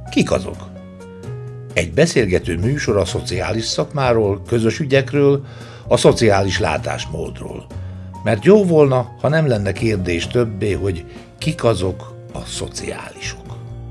Kik azok? Egy beszélgető műsor a szociális szakmáról, közös ügyekről, a szociális látásmódról. Mert jó volna, ha nem lenne kérdés többé, hogy kik azok a szociálisok.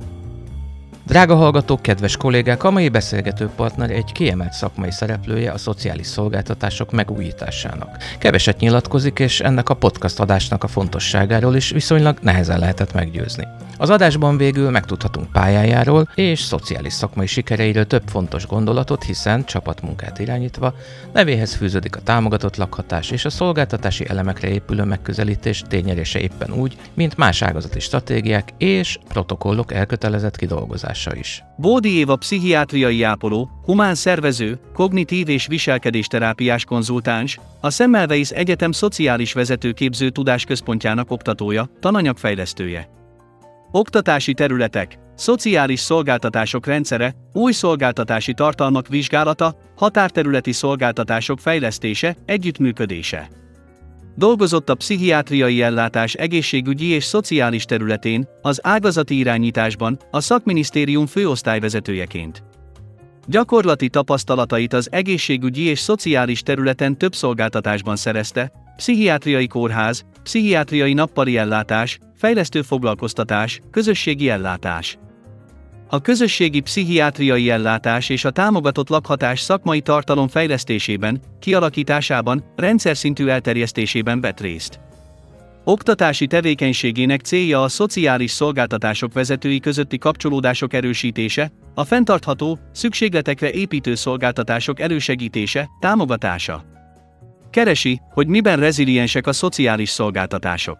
Drága hallgatók, kedves kollégák, a mai beszélgető partner egy kiemelt szakmai szereplője a szociális szolgáltatások megújításának. Keveset nyilatkozik, és ennek a podcast adásnak a fontosságáról is viszonylag nehezen lehetett meggyőzni. Az adásban végül megtudhatunk pályájáról és szociális szakmai sikereiről több fontos gondolatot, hiszen csapatmunkát irányítva nevéhez fűződik a támogatott lakhatás és a szolgáltatási elemekre épülő megközelítés tényerése éppen úgy, mint más ágazati stratégiák és protokollok elkötelezett kidolgozása is. Bódi Éva pszichiátriai ápoló, humán szervező, kognitív és viselkedésterápiás konzultáns, a Semmelweis Egyetem szociális vezetőképző tudásközpontjának oktatója, tananyagfejlesztője. Oktatási területek, szociális szolgáltatások rendszere, új szolgáltatási tartalmak vizsgálata, határterületi szolgáltatások fejlesztése, együttműködése. Dolgozott a pszichiátriai ellátás egészségügyi és szociális területén, az ágazati irányításban, a szakminisztérium főosztályvezetőjeként. Gyakorlati tapasztalatait az egészségügyi és szociális területen több szolgáltatásban szerezte, pszichiátriai kórház, pszichiátriai nappali ellátás, fejlesztő foglalkoztatás, közösségi ellátás. A közösségi pszichiátriai ellátás és a támogatott lakhatás szakmai tartalom fejlesztésében, kialakításában, rendszerszintű elterjesztésében vett részt. Oktatási tevékenységének célja a szociális szolgáltatások vezetői közötti kapcsolódások erősítése, a fenntartható, szükségletekre építő szolgáltatások elősegítése, támogatása. Keresi, hogy miben reziliensek a szociális szolgáltatások.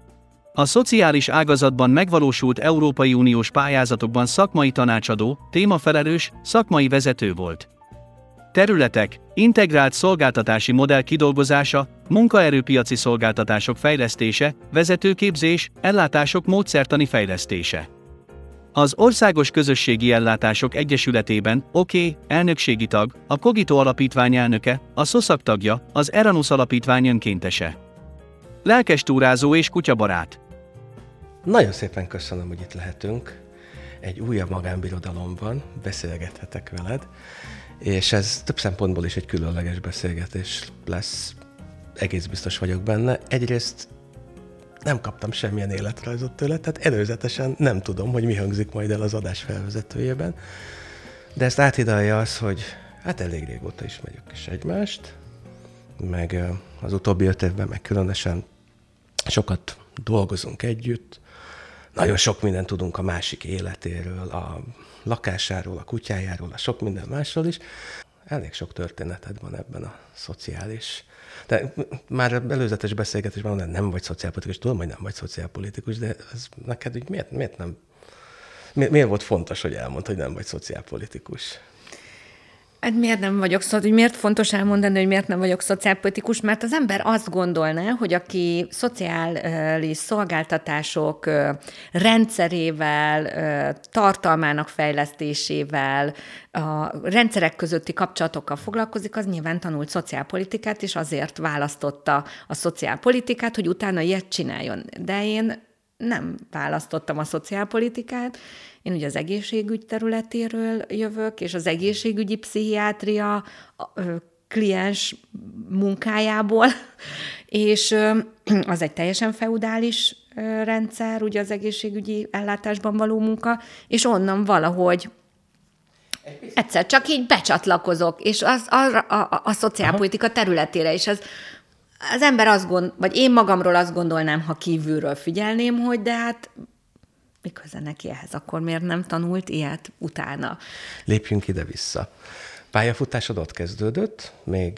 A szociális ágazatban megvalósult Európai Uniós pályázatokban szakmai tanácsadó, témafelelős, szakmai vezető volt. Területek: integrált szolgáltatási modell kidolgozása, munkaerőpiaci szolgáltatások fejlesztése, vezetőképzés, ellátások módszertani fejlesztése. Az Országos Közösségi Ellátások Egyesületében elnökségi tag, a Cogito Alapítvány elnöke, a SZOSZAK tagja, az Eranus Alapítvány önkéntese. Lelkes túrázó és kutyabarát. Nagyon szépen köszönöm, hogy itt lehetünk. Egy újabb magánbirodalomban beszélgethetek veled, és ez több szempontból is egy különleges beszélgetés lesz. Egész biztos vagyok benne. Egyrészt nem kaptam semmilyen életrajzot tőle, tehát előzetesen nem tudom, hogy mi hangzik majd el az adás felvezetőjében. De ezt áthidalja az, hogy hát elég régóta ismerjük is egymást, meg az utóbbi 5 évben meg különösen sokat dolgozunk együtt, nagyon sok mindent tudunk a másik életéről, a lakásáról, a kutyájáról, a sok minden másról is. Elég sok történeted van ebben a szociális. De már előzetes beszélgetésben mondom, nem vagy szociálpolitikus, tudom, hogy nem vagy szociálpolitikus, de ez neked úgy miért nem? Miért volt fontos, hogy elmondd, hogy nem vagy szociálpolitikus? Hát miért nem vagyok miért fontos elmondani, hogy miért nem vagyok szociálpolitikus? Mert az ember azt gondolná, hogy aki szociális szolgáltatások rendszerével, tartalmának fejlesztésével, a rendszerek közötti kapcsolatokkal foglalkozik, az nyilván tanult szociálpolitikát, és azért választotta a szociálpolitikát, hogy utána ilyet csináljon. De én nem választottam a szociálpolitikát, én ugye az egészségügy területéről jövök, és az egészségügyi pszichiátria kliens munkájából, és az egy teljesen feudális rendszer, ugye az egészségügyi ellátásban való munka, és onnan valahogy egyszer csak így becsatlakozok, és a szociálpolitika területére, és az ember vagy én magamról azt gondolnám, ha kívülről figyelném, hogy de hát mi köze neki ehhez, akkor miért nem tanult ilyet utána? Lépjünk ide-vissza. Pályafutásod ott kezdődött,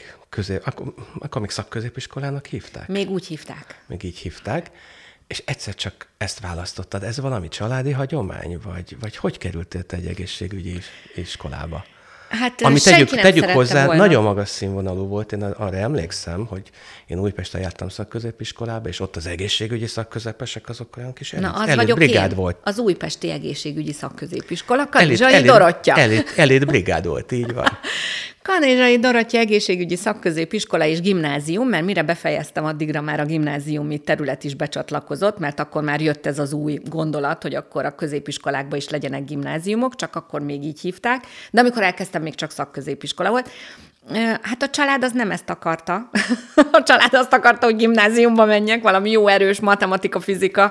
akkor még szakközépiskolának hívták? Még úgy hívták. Még így hívták, és egyszer csak ezt választottad. Ez valami családi hagyomány, vagy hogy kerültél te egy egészségügyi iskolába? Hát ami senki nem tegyük szerette hozzá, volna. nagyon magas színvonalú volt. Én arra emlékszem, hogy én Újpesten jártam szakközépiskolába, és ott az egészségügyi szakközepesek azok olyan kis elit brigád én, volt. Az Újpesti Egészségügyi Szakközépiskola, Kanizsai Dorottya. Elit brigád volt, így van. Kanizsai Dorottya Egészségügyi Szakközépiskola és Gimnázium, mert mire befejeztem, addigra már a gimnáziumi terület is becsatlakozott, mert akkor már jött ez az új gondolat, hogy akkor a középiskolákban is legyenek gimnáziumok, csak akkor még így hívták, de amikor elkezdtem, még csak szakközépiskola volt. Hát a család az nem ezt akarta. A család azt akarta, hogy gimnáziumba menjek, valami jó erős matematika-fizika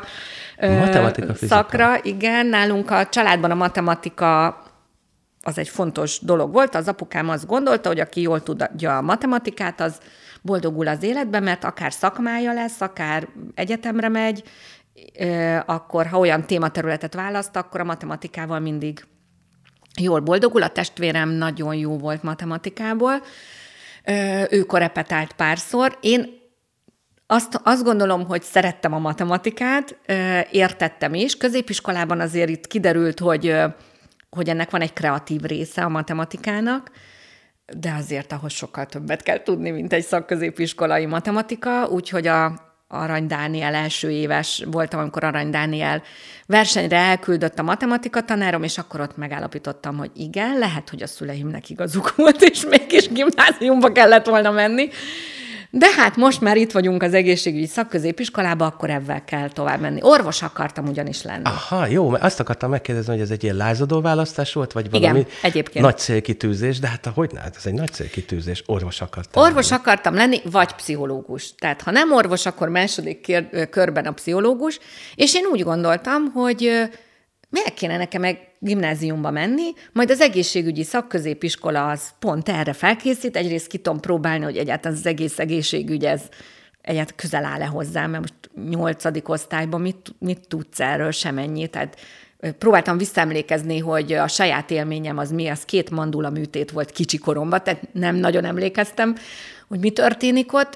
szakra. Igen, nálunk a családban a matematika az egy fontos dolog volt. Az apukám azt gondolta, hogy aki jól tudja a matematikát, az boldogul az életben, mert akár szakmája lesz, akár egyetemre megy, akkor ha olyan tématerületet választ, akkor a matematikával mindig jól boldogul. A testvérem nagyon jó volt matematikából, ő korepetált párszor. Én azt gondolom, hogy szerettem a matematikát, értettem is. Középiskolában azért itt kiderült, hogy ennek van egy kreatív része a matematikának, de azért ahhoz sokkal többet kell tudni, mint egy szakközépiskolai matematika, úgyhogy Arany Dániel első éves voltam, amikor Arany Dániel versenyre elküldött a matematika tanárom, és akkor ott megállapítottam, hogy igen, lehet, hogy a szüleimnek igazuk volt, és mégis gimnáziumba kellett volna menni. De hát most már itt vagyunk az egészségügyi szakközépiskolában, akkor ebben kell tovább menni. Orvos akartam ugyanis lenni. Aha, jó, mert azt akartam megkérdezni, hogy ez egy ilyen lázadó választás volt, vagy valami igen, egyébként nagy célkitűzés, de hát hogyne, hát ez egy nagy célkitűzés, orvos akartam Orvos akartam lenni, vagy pszichológus. Tehát ha nem orvos, akkor második körben a pszichológus, és én úgy gondoltam, hogy miért kéne nekem gimnáziumba menni, majd az egészségügyi szakközépiskola az pont erre felkészít, egyrészt ki tudom próbálni, hogy egyáltalán az egész egészségügy ez egyáltalán közel áll-e hozzám, mert most 8. osztályban mit tudsz erről, semennyit, tehát próbáltam visszaemlékezni, hogy a saját élményem az mi, az 2 mandula műtét volt kicsi koromban, tehát nem nagyon emlékeztem, hogy mi történik ott,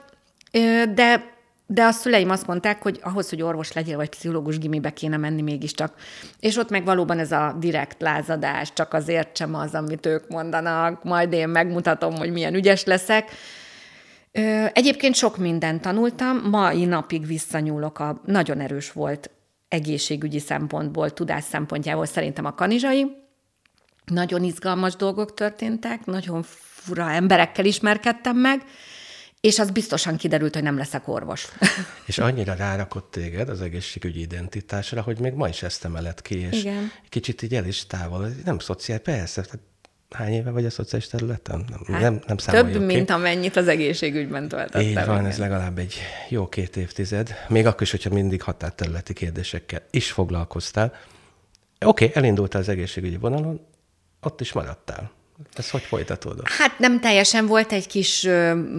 de a szüleim azt mondták, hogy ahhoz, hogy orvos legyél, vagy pszichológus, gimibe kéne menni mégiscsak. És ott meg valóban ez a direkt lázadás, csak azért sem az, amit ők mondanak, majd én megmutatom, hogy milyen ügyes leszek. Egyébként sok mindent tanultam, mai napig visszanyúlok, nagyon erős volt egészségügyi szempontból, tudás szempontjából szerintem a kanizsai. Nagyon izgalmas dolgok történtek, nagyon fura emberekkel ismerkedtem meg, és az biztosan kiderült, hogy nem leszek orvos. És annyira rárakott téged az egészségügyi identitásra, hogy még ma is ezt emeled ki, és igen. Kicsit így el is távol. Nem szociális, persze. Hány éve vagy a szociális területen? Nem számoljuk több, ki. mint amennyit az egészségügyben töltöttem. Így van, ez legalább egy jó 2 évtized. Még akkor is, hogyha mindig határterületi kérdésekkel is foglalkoztál. Oké, elindultál az egészségügyi vonalon, ott is maradtál. Ez hogy folytatódott? Hát nem teljesen, volt egy kis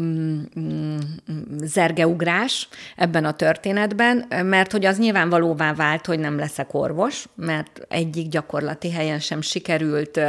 zergeugrás ebben a történetben, mert hogy az nyilvánvalóvá vált, hogy nem leszek orvos, mert egyik gyakorlati helyen sem sikerült,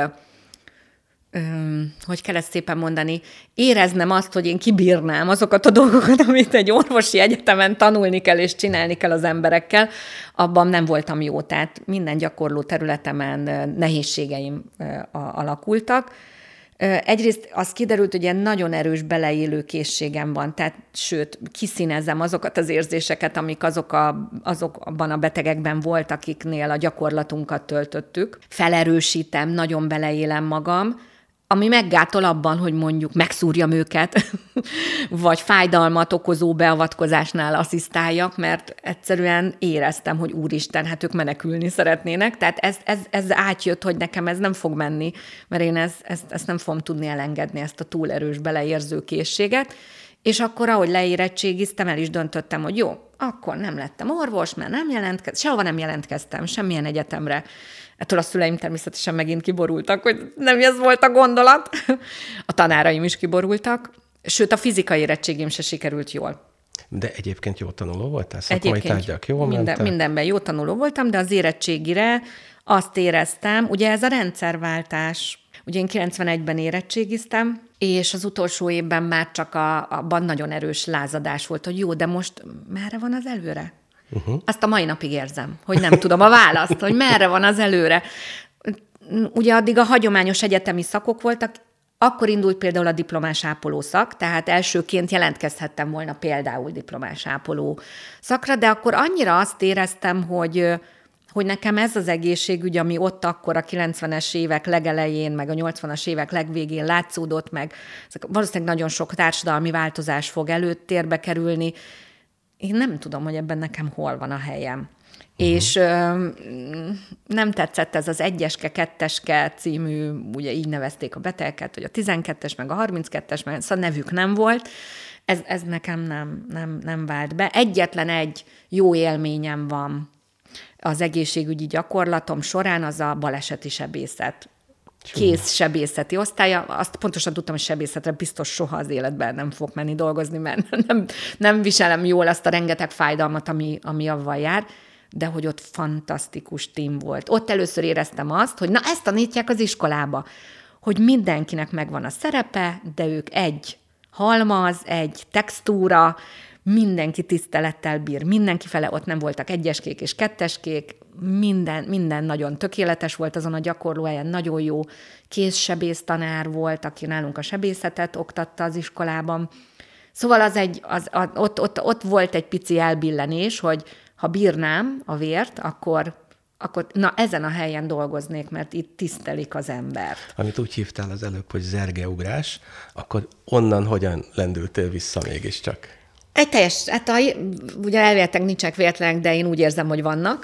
hogy kell ezt szépen mondani, éreznem azt, hogy én kibírnám azokat a dolgokat, amit egy orvosi egyetemen tanulni kell és csinálni kell az emberekkel, abban nem voltam jó, tehát minden gyakorló területemen nehézségeim alakultak. Egyrészt az kiderült, hogy ilyen nagyon erős beleélő készségem van, tehát sőt, kiszínezem azokat az érzéseket, amik azokban a betegekben volt, akiknél a gyakorlatunkat töltöttük. Felerősítem, nagyon beleélem magam, ami meggátol abban, hogy mondjuk megszúrjam őket, vagy fájdalmat okozó beavatkozásnál asszisztáljak, mert egyszerűen éreztem, hogy úristen, hát ők menekülni szeretnének. Tehát ez átjött, hogy nekem ez nem fog menni, mert én ezt nem fogom tudni elengedni, ezt a túlerős beleérző készséget. És akkor, ahogy leérettségiztem, el is döntöttem, hogy jó, akkor nem lettem orvos, mert sehova nem jelentkeztem, semmilyen egyetemre. Ettől a szüleim természetesen megint kiborultak, hogy nem ez volt a gondolat. A tanáraim is kiborultak, sőt a fizikai érettségim se sikerült jól. De egyébként jó tanuló voltál? Szakmai tárgyak jól mentek? Mindenben jó tanuló voltam, de az érettségire azt éreztem, ugye ez a rendszerváltás, ugye én 91-ben érettségiztem, és az utolsó évben már csak abban nagyon erős lázadás volt, hogy jó, de most merre van az előre? Azt a mai napig érzem, hogy nem tudom a választ, hogy merre van az előre. Ugye addig a hagyományos egyetemi szakok voltak, Akkor indult például a diplomás ápoló szak, tehát elsőként jelentkezhettem volna például diplomás ápoló szakra, de akkor annyira azt éreztem, hogy nekem ez az egészségügy, ami ott akkor a 90-es évek legelején, meg a 80-as évek legvégén látszódott, meg valószínűleg nagyon sok társadalmi változás fog előtérbe kerülni. Én nem tudom, hogy ebben nekem hol van a helyem. És nem tetszett ez az 1-eske, 2-eske című, ugye így nevezték a betegeket, hogy a 12-es, meg a 32-es, meg szóval nevük nem volt. Ez nekem nem vált be. Egyetlen egy jó élményem van az egészségügyi gyakorlatom során, az a baleseti sebészet. Kézsebészeti osztálya. Azt pontosan tudtam, hogy sebészetre biztos soha az életben nem fog menni dolgozni, mert nem viselem jól azt a rengeteg fájdalmat, ami avval jár, de hogy ott fantasztikus tím volt. Ott először éreztem azt, hogy na ezt tanítják az iskolába, hogy mindenkinek megvan a szerepe, de ők egy halmaz, egy textúra, mindenki tisztelettel bír, mindenki fele, ott nem voltak 1-eskék és 2-eskék, minden nagyon tökéletes volt azon a gyakorlóhelyen, nagyon jó kézsebész tanár volt, aki nálunk a sebészetet oktatta az iskolában. Szóval ott volt egy pici elbillenés, hogy ha bírnám a vért, akkor na ezen a helyen dolgoznék, mert itt tisztelik az embert. Amit úgy hívtál az előbb, hogy zergeugrás, akkor onnan hogyan lendültél vissza mégiscsak? Egy teljes, ugye elvéletek nincsenek véletlenek, de én úgy érzem, hogy vannak,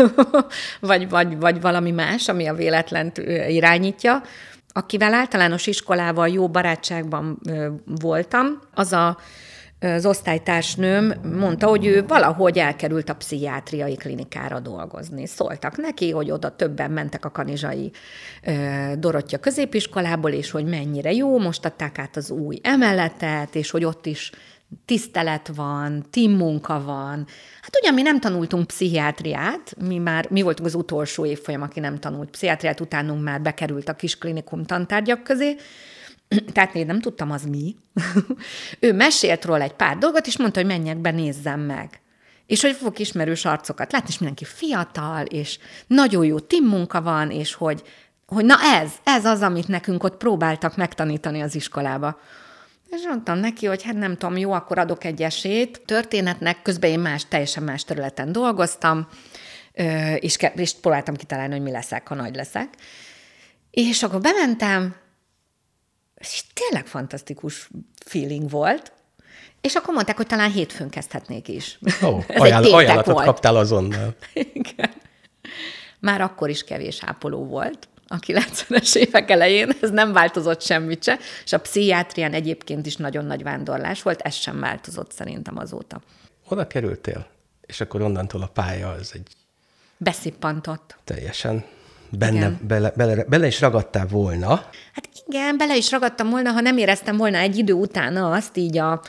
vagy valami más, ami a véletlent irányítja. Akivel általános iskolával jó barátságban voltam, az osztálytársnőm mondta, hogy ő valahogy elkerült a pszichiátriai klinikára dolgozni. Szóltak neki, hogy oda többen mentek a kanizsai Dorottya középiskolából, és hogy mennyire jó, most adták át az új emeletet, és hogy ott is tisztelet van, teammunka van. Hát ugye mi nem tanultunk pszichiátriát, mi voltunk az utolsó évfolyam, aki nem tanult pszichiátriát, utánunk már bekerült a kis klinikum tantárgyak közé, tehát én nem tudtam, az mi. Ő mesélt róla egy pár dolgot, és mondta, hogy menjek be, nézzem meg. És hogy fogok ismerős arcokat látni, és mindenki fiatal, és nagyon jó teammunka van, és hogy na ez az, amit nekünk ott próbáltak megtanítani az iskolába. És mondtam neki, hogy hát nem tudom, jó, akkor adok egy esélyt történetnek, közben én teljesen más területen dolgoztam, és próbáltam kitalálni, hogy mi leszek, ha nagy leszek. És akkor bementem, és tényleg fantasztikus feeling volt, és akkor mondták, hogy talán hétfőn kezdhetnék is. Ajánlatot kaptál azonnal. Igen. Már akkor is kevés ápoló volt. A 90-es évek elején, ez nem változott semmit se, és a pszichiátrián egyébként is nagyon nagy vándorlás volt, ez sem változott szerintem azóta. Oda kerültél, és akkor onnantól a pálya az egy... Beszippantott. Teljesen bele is ragadtál volna. Hát igen, bele is ragadtam volna, ha nem éreztem volna egy idő utána azt így a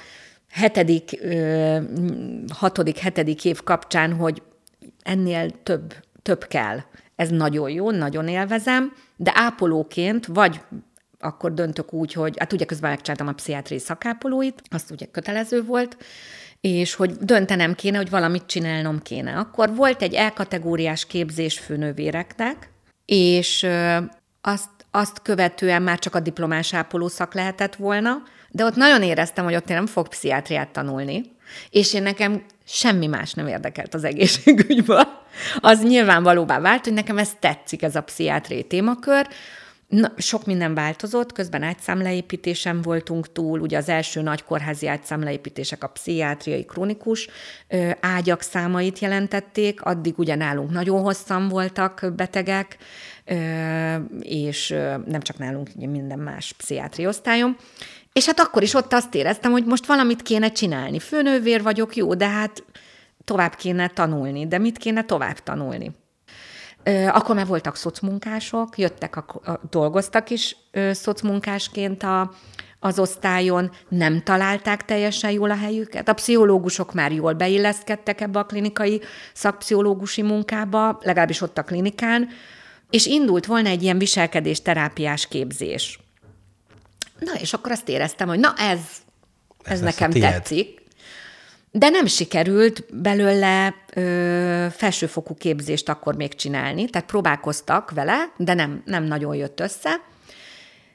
6.-7. év kapcsán, hogy ennél több kell. Ez nagyon jó, nagyon élvezem, de ápolóként vagy akkor döntök úgy, hogy hát ugye közben megcsináltam a pszichiátriai szakápolóit, azt ugye kötelező volt, és hogy döntenem kéne, hogy valamit csinálnom kéne. Akkor volt egy E-kategóriás képzés főnővéreknek, és azt követően már csak a diplomás ápolószak lehetett volna, de ott nagyon éreztem, hogy ott én nem fogok pszichiátriát tanulni, és én nekem semmi más nem érdekelt az egészségügyből. Az nyilvánvalóvá vált, hogy nekem ez tetszik, ez a pszichiátriai témakör. Na, sok minden változott, közben ágyszámleépítésen voltunk túl, ugye az első nagy kórházi ágyszámleépítések a pszichiátriai krónikus ágyak számait jelentették, addig ugye nálunk nagyon hosszan voltak betegek, és nem csak nálunk, ugye minden más pszichiátriai osztályon. És hát akkor is ott azt éreztem, hogy most valamit kéne csinálni. Főnővér vagyok, jó, de hát tovább kéne tanulni. De mit kéne tovább tanulni? Akkor már voltak szocmunkások, jöttek, dolgoztak is szocmunkásként az osztályon, nem találták teljesen jól a helyüket. A pszichológusok már jól beilleszkedtek ebbe a klinikai szakpszichológusi munkába, legalábbis ott a klinikán, és indult volna egy ilyen viselkedésterápiás képzés. Na, és akkor azt éreztem, hogy na ez nekem tetszik. De nem sikerült belőle felsőfokú képzést akkor még csinálni, tehát próbálkoztak vele, de nem nagyon jött össze.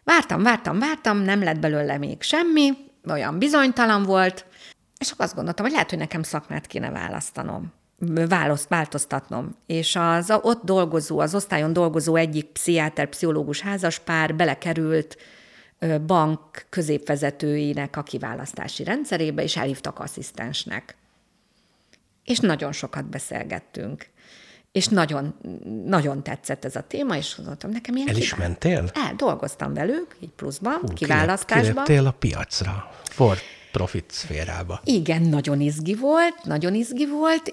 Vártam, nem lett belőle még semmi, olyan bizonytalan volt, és akkor azt gondoltam, hogy lehet, hogy nekem szakmát kéne változtatnom. És az ott dolgozó, az osztályon dolgozó egyik pszichiáter-pszichológus házaspár belekerült bank középvezetőinek a kiválasztási rendszerébe, és elhívtak asszisztensnek. És nagyon sokat beszélgettünk. És nagyon, nagyon tetszett ez a téma, és gondoltam, nekem ilyen El is mentél? Dolgoztam velük, így pluszban, kiválasztásban. Kiléptél a piacra, for profit szférába. Igen, nagyon izgi volt,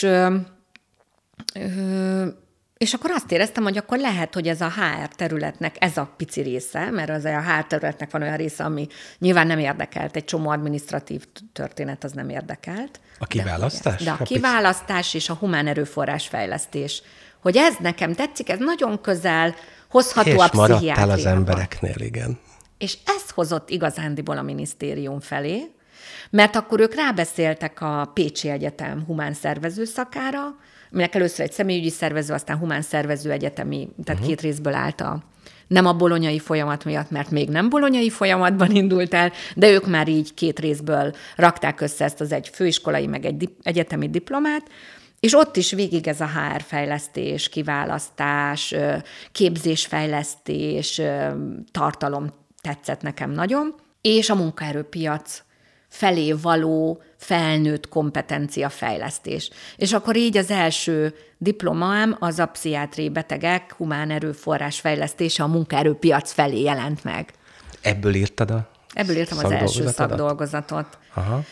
és akkor azt éreztem, hogy akkor lehet, hogy ez a HR területnek ez a pici része, mert az a HR területnek van olyan része, ami nyilván nem érdekelt, egy csomó adminisztratív történet az nem érdekelt. A kiválasztás? De a kiválasztás és a humán erőforrás fejlesztés. Hogy ez nekem tetszik, ez nagyon közel hozható a pszichiátriába. És maradtál az embereknél, igen. És ez hozott igazándiból a minisztérium felé, mert akkor ők rábeszéltek a Pécsi Egyetem humán szervező szakára, aminek először egy személyügyi szervező, aztán humán szervező egyetemi, tehát 2 részből állt nem a bolonyai folyamat miatt, mert még nem bolonyai folyamatban indult el, de ők már így 2 részből rakták össze ezt az egy főiskolai, meg egy egyetemi diplomát, és ott is végig ez a HR fejlesztés, kiválasztás, képzésfejlesztés, tartalom tetszett nekem nagyon, és a munkaerőpiac felé való felnőtt kompetenciafejlesztés. És akkor így az első diplomám az a pszichiátriai betegek humán erőforrás fejlesztése a munkaerőpiac felé jelent meg. Ebből írtam az első szakdolgozatot. Aha.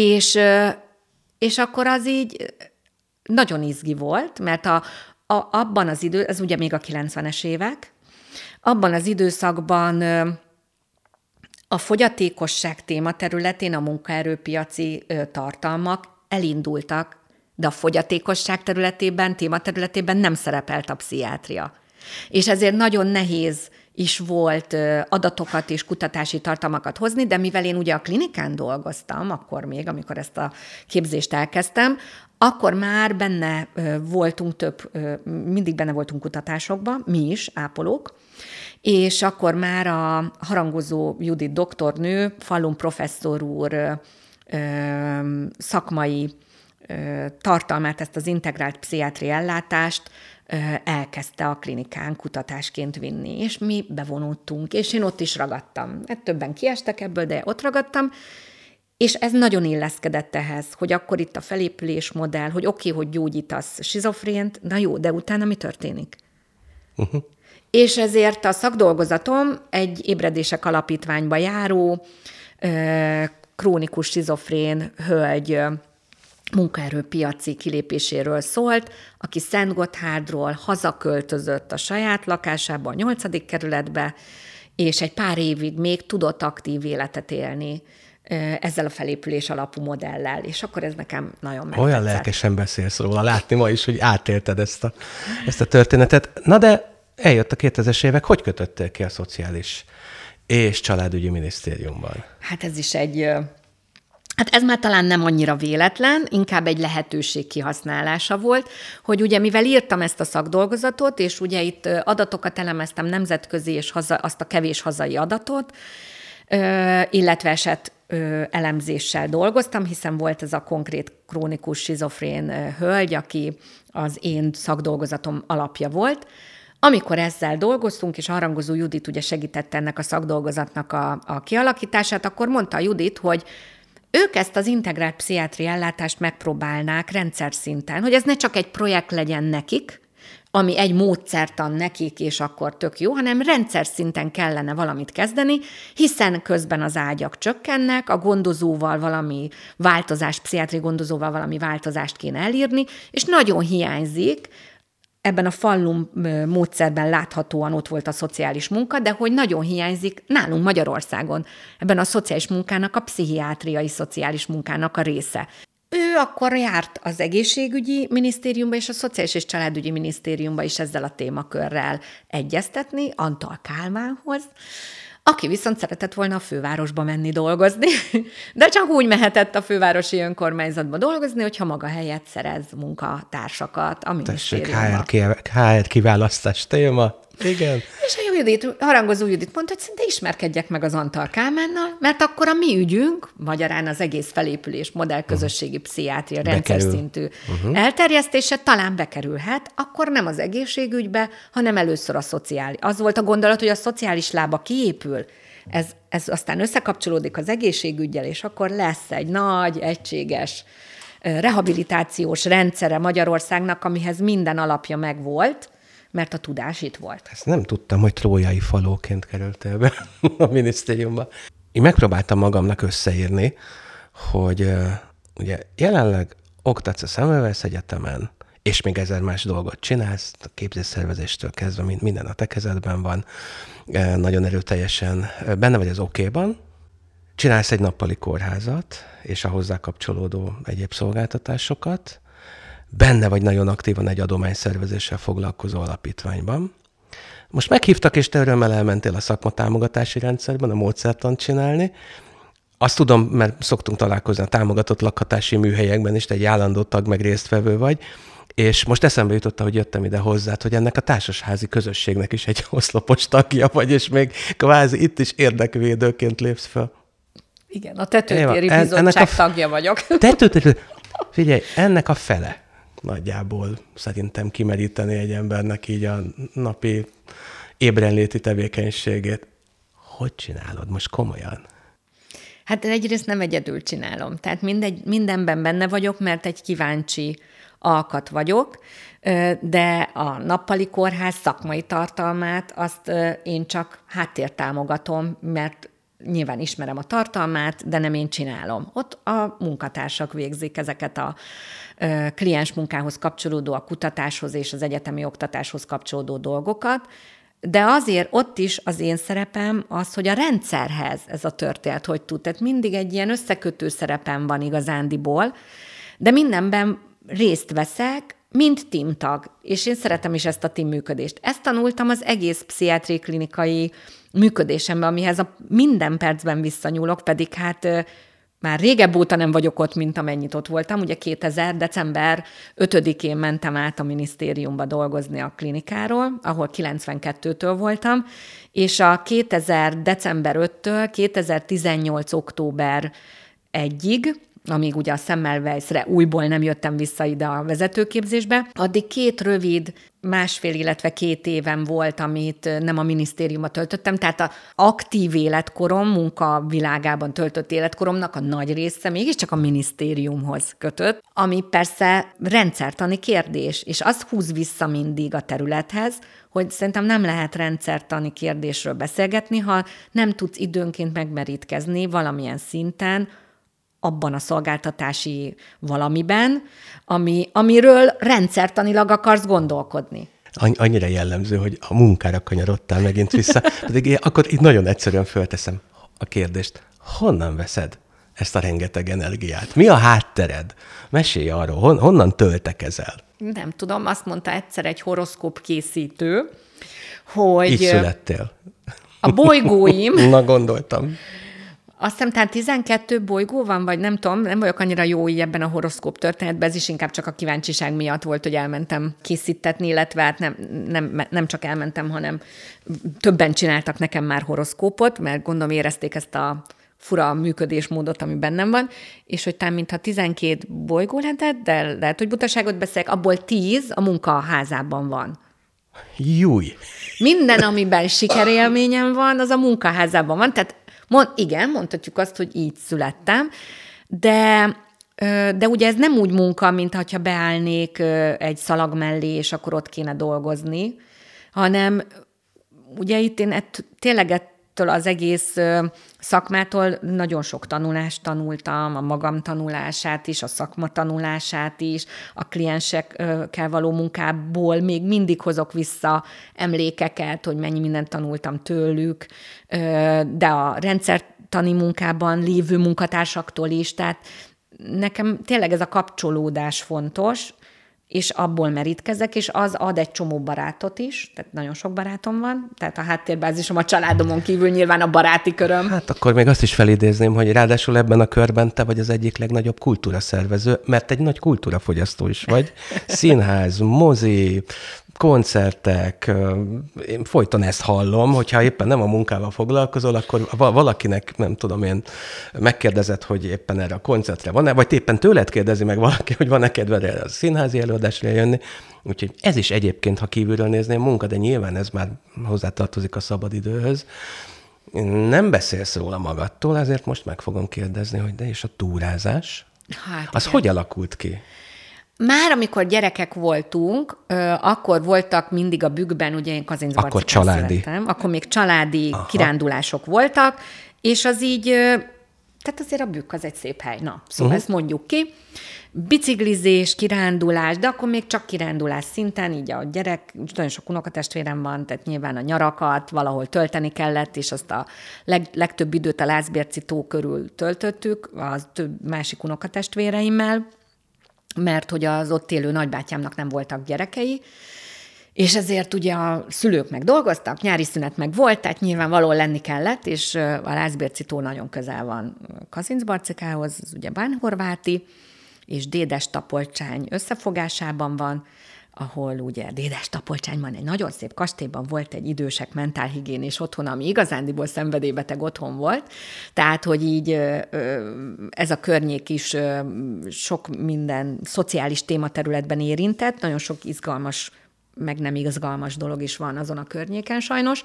És akkor az így nagyon izgi volt, mert abban az idő, ez ugye még a 90-es évek, abban az időszakban a fogyatékosság tématerületén a munkaerőpiaci tartalmak elindultak, de a fogyatékosság tématerületében nem szerepelt a pszichiátria. És ezért nagyon nehéz is volt adatokat és kutatási tartalmakat hozni, de mivel én ugye a klinikán dolgoztam, akkor még, amikor ezt a képzést elkezdtem, akkor már mindig benne voltunk kutatásokban, mi is, ápolók, és akkor már a Harangozó Judit doktornő, Fallon professzor úr szakmai tartalmát, ezt az integrált pszichiátriai ellátást elkezdte a klinikán kutatásként vinni, és mi bevonultunk, és én ott is ragadtam. Többen kiestek ebből, de ott ragadtam, és ez nagyon illeszkedett ehhez, hogy akkor itt a felépülés modell, hogy oké, hogy gyógyítasz skizofrént, na jó, de utána mi történik? Uh-huh. És ezért a szakdolgozatom egy ébredések alapítványba járó, krónikus skizofrén hölgy munkaerőpiaci kilépéséről szólt, aki Szentgotthárdról hazaköltözött a saját lakásába, a 8. kerületbe, és egy pár évig még tudott aktív életet élni ezzel a felépülés alapú modellel, és akkor ez nekem nagyon megtetszett. Olyan lelkesen beszélsz róla, látni ma is, hogy átélted ezt a történetet. Na de eljött a 2000-es évek, hogy kötöttél ki a Szociális és Családügyi Minisztériumban? Hát ez is ez már talán nem annyira véletlen, inkább egy lehetőség kihasználása volt, hogy ugye mivel írtam ezt a szakdolgozatot, és ugye itt adatokat elemeztem nemzetközi és azt a kevés hazai adatot, illetve eset elemzéssel dolgoztam, hiszen volt ez a konkrét krónikus skizofrén hölgy, aki az én szakdolgozatom alapja volt. Amikor ezzel dolgoztunk, és Harangozó Judit ugye segítette ennek a szakdolgozatnak a kialakítását, akkor mondta a Judit, hogy ők ezt az integrált pszichiátriai ellátást megpróbálnák rendszer szinten, hogy ez ne csak egy projekt legyen nekik, ami egy módszertan nekik, és akkor tök jó, hanem rendszer szinten kellene valamit kezdeni, hiszen közben az ágyak csökkennek, a gondozóval valami változást, pszichiátriai gondozóval valami változást kéne elírni, és nagyon hiányzik, ebben a Fallum módszerben láthatóan ott volt a szociális munka, de hogy nagyon hiányzik nálunk Magyarországon ebben a szociális munkának, a pszichiátriai szociális munkának a része. Ő akkor járt az egészségügyi minisztériumba és a szociális és családügyi minisztériumba is ezzel a témakörrel egyeztetni, Antal Kálmánhoz, aki viszont szeretett volna a fővárosba menni dolgozni, de csak úgy mehetett a fővárosi önkormányzatba dolgozni, hogyha maga helyett szerez munkatársakat a minisztériumba. HR kiválasztás téma. Igen. És a harangozó Judit mondta, hogy szinte ismerkedjek meg az Antal Kálmánnal, mert akkor a mi ügyünk, magyarán az egész felépülés, modellközösségi pszichiátria rendszer szintű elterjesztése talán bekerülhet, akkor nem az egészségügybe, hanem először a szociális. Az volt a gondolat, hogy a szociális lába kiépül, ez aztán összekapcsolódik az egészségüggyel, és akkor lesz egy nagy, egységes rehabilitációs rendszere Magyarországnak, amihez minden alapja megvolt, mert a tudás itt volt. Ezt nem tudtam, hogy trójai falóként kerültél be a minisztériumba. Én megpróbáltam magamnak összeírni, hogy ugye jelenleg oktatsz a Semmelweis Egyetemen, és még 1000 más dolgot csinálsz, a képzésszervezéstől kezdve minden a te kezedben van, nagyon erőteljesen benne vagy az okéban, csinálsz egy nappali kórházat, és a hozzá kapcsolódó egyéb szolgáltatásokat, benne vagy nagyon aktívan egy adományszervezéssel foglalkozó alapítványban. Most meghívtak, és te örömmel elmentél a szakmatámogatási rendszerben a módszertant csinálni. Azt tudom, mert szoktunk találkozni a támogatott lakhatási műhelyekben is, te egy állandó tag meg résztvevő vagy, és most eszembe jutott, hogy jöttem ide hozzád, hogy ennek a társasházi közösségnek is egy oszlopos tagja vagy, és még kvázi itt is érdekvédőként lépsz fel. Igen, a Tetőtéri Bizottság tagja vagyok. Figyelj, ennek a fele nagyjából szerintem kimeríteni egy embernek így a napi ébrenléti tevékenységét. Hogy csinálod most komolyan? Hát egyrészt nem egyedül csinálom. Tehát mindenben benne vagyok, mert egy kíváncsi alkat vagyok, de a nappali kórház szakmai tartalmát azt én csak háttértámogatom, mert nyilván ismerem a tartalmát, de nem én csinálom. Ott a munkatársak végzik ezeket a kliens munkához kapcsolódó, a kutatáshoz és az egyetemi oktatáshoz kapcsolódó dolgokat, de azért ott is az én szerepem az, hogy a rendszerhez ez a történet hogy tud. Tehát mindig egy ilyen összekötő szerepem van igazándiból, de mindenben részt veszek, mint teamtag, és én szeretem is ezt a team működést. Ezt tanultam az egész pszichiátriai klinikai működésemben, amihez minden percben visszanyúlok, pedig hát már régebb óta nem vagyok ott, mint amennyit ott voltam. Ugye 2000. december 5-én mentem át a minisztériumba dolgozni a klinikáról, ahol 92-től voltam, és a 2000. december 5-től 2018. október 1-ig, amíg ugye a Semmelweisre újból nem jöttem vissza ide a vezetőképzésbe, addig 2 rövid, 1,5, illetve 2 évem volt, amit nem a minisztériumban töltöttem, tehát az aktív életkorom, munkavilágában töltött életkoromnak a nagy része mégiscsak a minisztériumhoz kötött, ami persze rendszertani kérdés, és az húz vissza mindig a területhez, hogy szerintem nem lehet rendszertani kérdésről beszélgetni, ha nem tudsz időnként megmerítkezni valamilyen szinten, abban a szolgáltatási valamiben, amiről rendszertanilag akarsz gondolkodni. Annyira jellemző, hogy a munkára kanyarodtál megint vissza. Pedig akkor itt nagyon egyszerűen fölteszem a kérdést. Honnan veszed ezt a rengeteg energiát? Mi a háttered? Mesélj arról, honnan töltekezel? Nem tudom, azt mondta egyszer egy horoszkóp készítő, hogy... Így születtél. A bolygóim... Na, gondoltam. Azt hiszem, tehát 12 bolygó van, vagy nem tudom, nem vagyok annyira jó így ebben a horoszkóp történetben, ez is inkább csak a kíváncsiság miatt volt, hogy elmentem készítetni, illetve hát nem csak elmentem, hanem többen csináltak nekem már horoszkópot, mert gondolom érezték ezt a fura működésmódot, ami bennem van, és hogy talán mintha 12 bolygó lehetett, de lehet, hogy butaságot beszélek, abból 10 a munkaházában van. Júj! Minden, amiben sikerélményem van, az a munkaházában van, tehát igen, mondhatjuk azt, hogy így születtem, de ugye ez nem úgy munka, mint ha beállnék egy szalag mellé, és akkor ott kéne dolgozni, hanem ugye itt én tényleg ettől az egész szakmától nagyon sok tanulást tanultam, a magam tanulását is, a szakma tanulását is, a kliensekkel való munkából még mindig hozok vissza emlékeket, hogy mennyi mindent tanultam tőlük, de a rendszertani munkában lévő munkatársaktól is, tehát nekem tényleg ez a kapcsolódás fontos, és abból merítkezek, és az ad egy csomó barátot is, tehát nagyon sok barátom van, tehát a háttérbázisom a családomon kívül nyilván a baráti köröm. Hát akkor még azt is felidézném, hogy ráadásul ebben a körben te vagy az egyik legnagyobb kultúraszervező, mert egy nagy kultúrafogyasztó is vagy. Színház, mozi, koncertek, én folyton ezt hallom, hogyha éppen nem a munkával foglalkozol, akkor valakinek, nem tudom én, megkérdezed, hogy éppen erre a koncertre van-e, vagy éppen tőled kérdezi meg valaki, hogy van-e kedved erre a színházi előadásra jönni. Úgyhogy ez is egyébként, ha kívülről nézném munka, de nyilván ez már hozzátartozik a szabadidőhöz. Nem beszélsz róla magadtól, ezért most meg fogom kérdezni, hogy de és a túrázás? Hát, az igen. Hogy alakult ki? Már amikor gyerekek voltunk, akkor voltak mindig a Bükkben, ugye én Kazincbarcikán szerettem, akkor még családi kirándulások voltak, és az így, tehát azért a Bükk az egy szép hely, na, szóval ezt mondjuk ki. Biciklizés, kirándulás, de akkor még csak kirándulás szinten, így a gyerek, nagyon sok unokatestvérem van, tehát nyilván a nyarakat valahol tölteni kellett, és azt a legtöbb időt a Lászbérci tó körül töltöttük, az több másik unokatestvéreimmel, mert hogy az ott élő nagybátyámnak nem voltak gyerekei, és ezért ugye a szülők meg dolgoztak, nyári szünet meg volt, tehát nyilvánvalóan lenni kellett, és a Lászbérci tó nagyon közel van Kazincbarcikához, ez ugye Bánhorváti, és Dédes-Tapolcsány összefogásában van, ahol ugye Dédes-Tapolcsányban egy nagyon szép kastélyban volt egy idősek mentálhigiénés otthon, ami igazándiból szenvedélybeteg otthon volt, tehát, hogy így ez a környék is sok minden szociális tématerületben érintett, nagyon sok izgalmas, meg nem izgalmas dolog is van azon a környéken sajnos,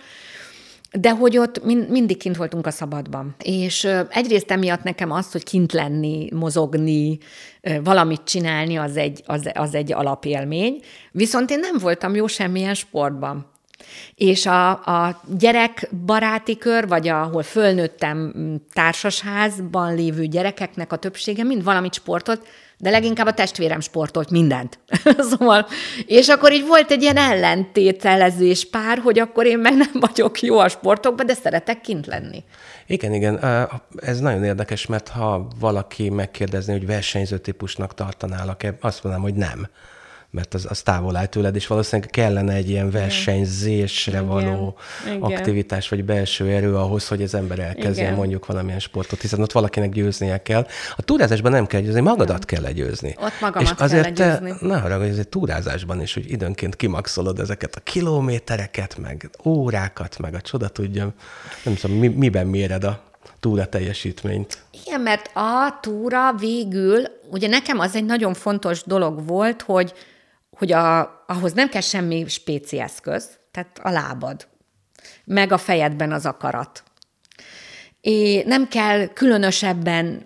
de hogy ott mindig kint voltunk a szabadban. És egyrészt emiatt nekem az, hogy kint lenni, mozogni, valamit csinálni, az egy alapélmény. Viszont én nem voltam jó semmilyen sportban. És a gyerekbaráti kör, vagy ahol fölnőttem társasházban lévő gyerekeknek a többsége mind valamit sportolt, de leginkább a testvérem sportolt mindent. Szóval, és akkor így volt egy ilyen ellentételezés pár, hogy akkor én meg nem vagyok jó a sportokban, de szeretek kint lenni. Igen. Ez nagyon érdekes, mert ha valaki megkérdezni, hogy versenyző típusnak tartanálak-e, azt mondanám, hogy nem. Mert az távol áll tőled, és valószínűleg kellene egy ilyen versenyzésre való aktivitás, vagy belső erő ahhoz, hogy az ember elkezdjen mondjuk valamilyen sportot, hiszen ott valakinek győznie kell. A túrázásban nem kell győzni, magadat kell legyőzni. Ott magamat és azért kell legyőzni. Ne haragudj, azért túrázásban is, hogy időnként kimaxolod ezeket a kilométereket, meg órákat, meg a csoda tudja, nem tudom, miben méred a túra teljesítményt. Igen, mert a túra végül, ugye nekem az egy nagyon fontos dolog volt, hogy ahhoz nem kell semmi spéci eszköz, tehát a lábad, meg a fejedben az akarat. És nem kell különösebben,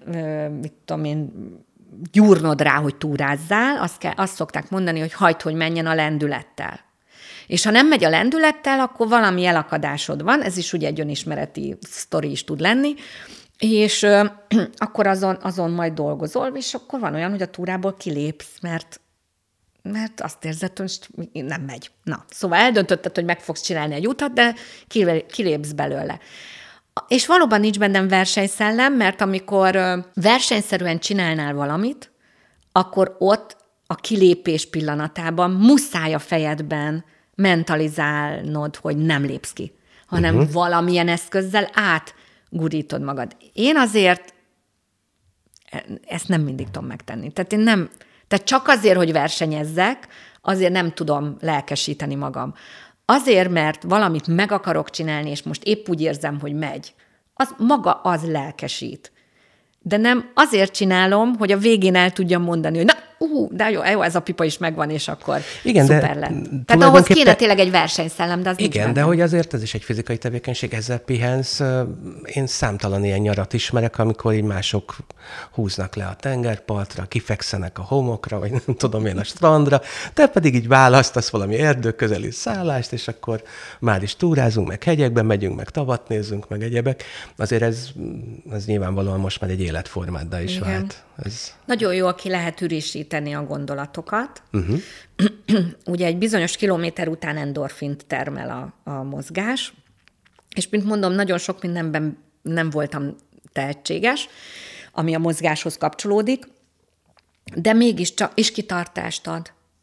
gyúrnod rá, hogy túrázzál, azt szokták mondani, hogy hagyd, hogy menjen a lendülettel. És ha nem megy a lendülettel, akkor valami elakadásod van, ez is ugye egy önismereti sztori is tud lenni, és akkor azon majd dolgozol, és akkor van olyan, hogy a túrából kilépsz, mert azt érzed, hogy nem megy. Na, szóval eldöntötted, hogy meg fogsz csinálni egy utat, de kilépsz belőle. És valóban nincs bennem versenyszellem, mert amikor versenyszerűen csinálnál valamit, akkor ott a kilépés pillanatában muszáj a fejedben mentalizálnod, hogy nem lépsz ki, hanem valamilyen eszközzel átgurítod magad. Én azért ezt nem mindig tudom megtenni. Tehát csak azért, hogy versenyezzek, azért nem tudom lelkesíteni magam. Azért, mert valamit meg akarok csinálni, és most épp úgy érzem, hogy megy, az lelkesít. De nem azért csinálom, hogy a végén el tudjam mondani, hogy de jó, ez a pipa is megvan, és akkor igen, szuper lett. Tehát ahhoz kéne tényleg egy versenyszellem, de az nincs igen, de hogy azért ez is egy fizikai tevékenység, ezzel pihensz. Én számtalan ilyen nyarat ismerek, amikor így mások húznak le a tengerpartra, kifekszenek a homokra, vagy nem tudom én a strandra, te pedig így választasz valami erdőközeli szállást, és akkor már is túrázunk, meg hegyekben megyünk, meg tavat nézzünk, meg egyebek. Azért ez nyilvánvalóan most már egy életformáddá is vált. Nagyon jól ki lehet üresíteni a gondolatokat. Ugye egy bizonyos kilométer után endorfint termel a mozgás, és mint mondom, nagyon sok mindenben nem voltam tehetséges, ami a mozgáshoz kapcsolódik, de mégiscsak is kitartást ad.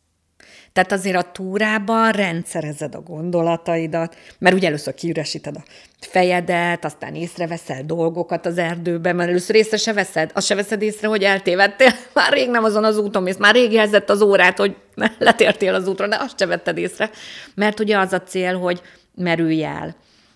Tehát azért a túrában rendszerezed a gondolataidat, mert ugye először kiüresíted a fejedet, aztán észreveszel dolgokat az erdőben, mert először észre se veszed, azt se veszed észre, hogy eltévedtél, már rég nem azon az úton mész, már rég jelzett az órát, hogy letértél az útról, de azt se vetted észre, mert ugye az a cél, hogy merülj el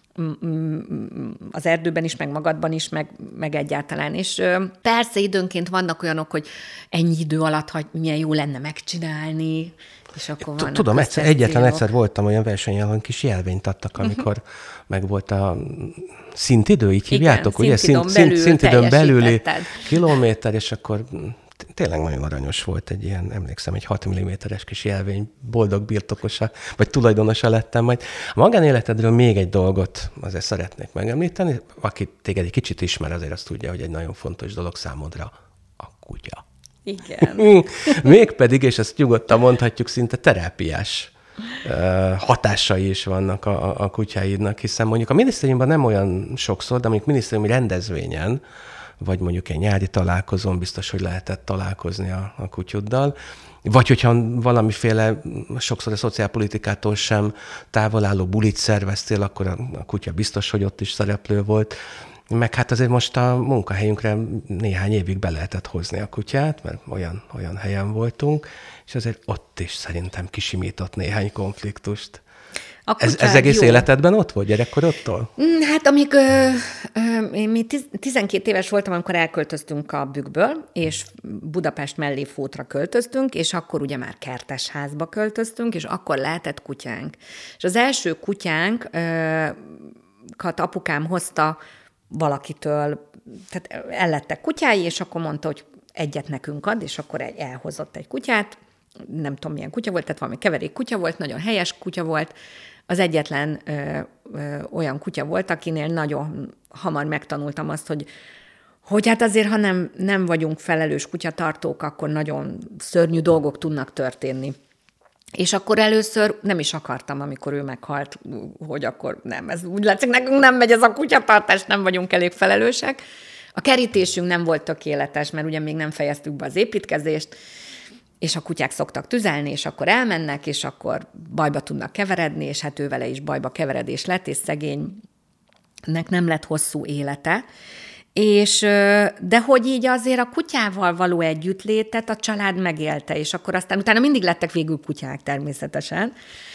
az erdőben is, meg magadban is, meg egyáltalán. És persze időnként vannak olyanok, hogy ennyi idő alatt, hogy milyen jó lenne megcsinálni, és akkor vannak tudom, egyetlen egyszer voltam olyan versenyen, ahol kis jelvényt adtak, amikor meg volt a szintidő, így hívjátok, ugye? Szintidőn belüli kilométer, és akkor tényleg nagyon aranyos volt egy ilyen, emlékszem, egy 6 mm-es kis jelvény, boldog birtokosa, vagy tulajdonosa lettem majd. A magánéletedről még egy dolgot azért szeretnék megemlíteni. Aki téged egy kicsit ismer, azért azt tudja, hogy egy nagyon fontos dolog számodra a kutya. Igen. Mégpedig, és ezt nyugodtan mondhatjuk, szinte terápiás hatásai is vannak a kutyáidnak, hiszen mondjuk a minisztériumban nem olyan sokszor, de mondjuk minisztériumi rendezvényen, vagy mondjuk egy nyári találkozón biztos, hogy lehetett találkozni a kutyuddal, vagy hogyha valamiféle, sokszor a szociálpolitikától sem távol álló bulit szerveztél, akkor a kutya biztos, hogy ott is szereplő volt. Meg hát azért most a munkahelyünkre néhány évig be lehetett hozni a kutyát, mert olyan helyen voltunk, és azért ott is szerintem kisimított néhány konfliktust. Ez egész életedben ott volt, gyerekkorodtól? Hát amíg mi 12 éves voltam, amikor elköltöztünk a Bükkből, és Budapest Melléfútra költöztünk, és akkor ugye már kertesházba költöztünk, és akkor lehetett kutyánk. És az első kutyánkat apukám hozta valakitől, tehát ellettek kutyái, és akkor mondta, hogy egyet nekünk ad, és akkor elhozott egy kutyát, nem tudom milyen kutya volt, tehát valami keverék kutya volt, nagyon helyes kutya volt. Az egyetlen olyan kutya volt, akinél nagyon hamar megtanultam azt, hogy hát azért, ha nem vagyunk felelős kutyatartók, akkor nagyon szörnyű dolgok tudnak történni. És akkor először nem is akartam, amikor ő meghalt, hogy akkor nem, ez úgy látszik, nekünk nem megy ez a kutyatartás, nem vagyunk elég felelősek. A kerítésünk nem volt tökéletes, mert ugye még nem fejeztük be az építkezést, és a kutyák szoktak tüzelni, és akkor elmennek, és akkor bajba tudnak keveredni, és hát ővele is bajba keveredés lett, és szegénynek nem lett hosszú élete. De hogy így azért a kutyával való együttlétet a család megélte, és akkor aztán utána mindig lettek végül kutyák természetesen.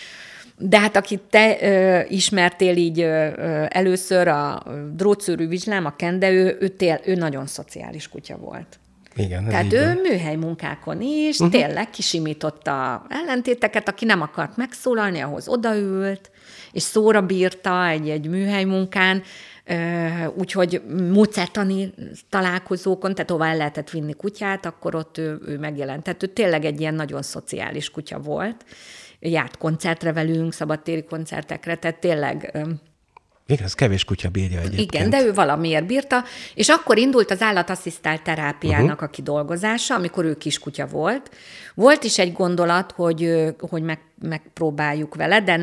De hát akit te ismertél így először, a drótszőrű vizslám, a Kende, ő nagyon szociális kutya volt. Igen, tehát ő műhelymunkákon is tényleg kisimította ellentéteket, aki nem akart megszólalni, ahhoz odaült, és szóra bírta egy műhelymunkán, úgyhogy módszertani találkozókon, tehát hová el lehetett vinni kutyát, akkor ott ő megjelent. Tehát ő tényleg egy ilyen nagyon szociális kutya volt. Járt koncertre velünk, szabadtéri koncertekre, tehát tényleg... Igen, ez kevés kutya bírja egyébként. Igen, de ő valamiért bírta, és akkor indult az állatasszisztált terápiának a kidolgozása, amikor ő kiskutya volt. Volt is egy gondolat, hogy megpróbáljuk vele, de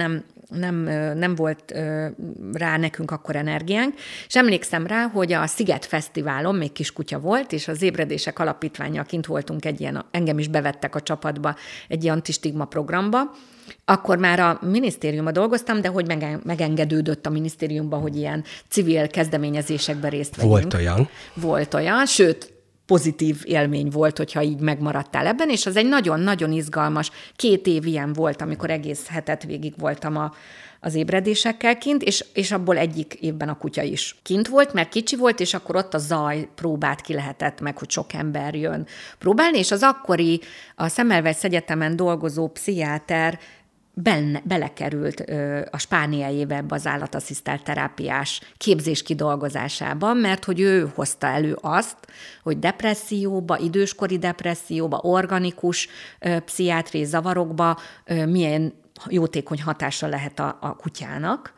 nem volt rá nekünk akkor energiánk, és emlékszem rá, hogy a Sziget Fesztiválon még kiskutya volt, és az Ébredések Alapítvánnyal kint voltunk engem is bevettek a csapatba egy antistigma programba, akkor már a minisztériumban dolgoztam, de hogy megengedődött a minisztériumban, hogy ilyen civil kezdeményezésekben részt vegyünk. Volt olyan, sőt, pozitív élmény volt, hogyha így megmaradtál ebben, és az egy nagyon-nagyon izgalmas, 2 év ilyen volt, amikor egész hetet végig voltam az ébredésekkel kint, és abból egyik évben a kutya is kint volt, mert kicsi volt, és akkor ott a zaj próbát ki lehetett meg, hogy sok ember jön próbálni, és az akkori a Semmelweis Egyetemen dolgozó pszichiáter belekerült a spániaiébe ebbe az állatasszisztált terápiás képzés kidolgozásában, mert hogy ő hozta elő azt, hogy depresszióba, időskori depresszióba, organikus pszichiátriai zavarokba milyen jótékony hatása lehet a kutyának.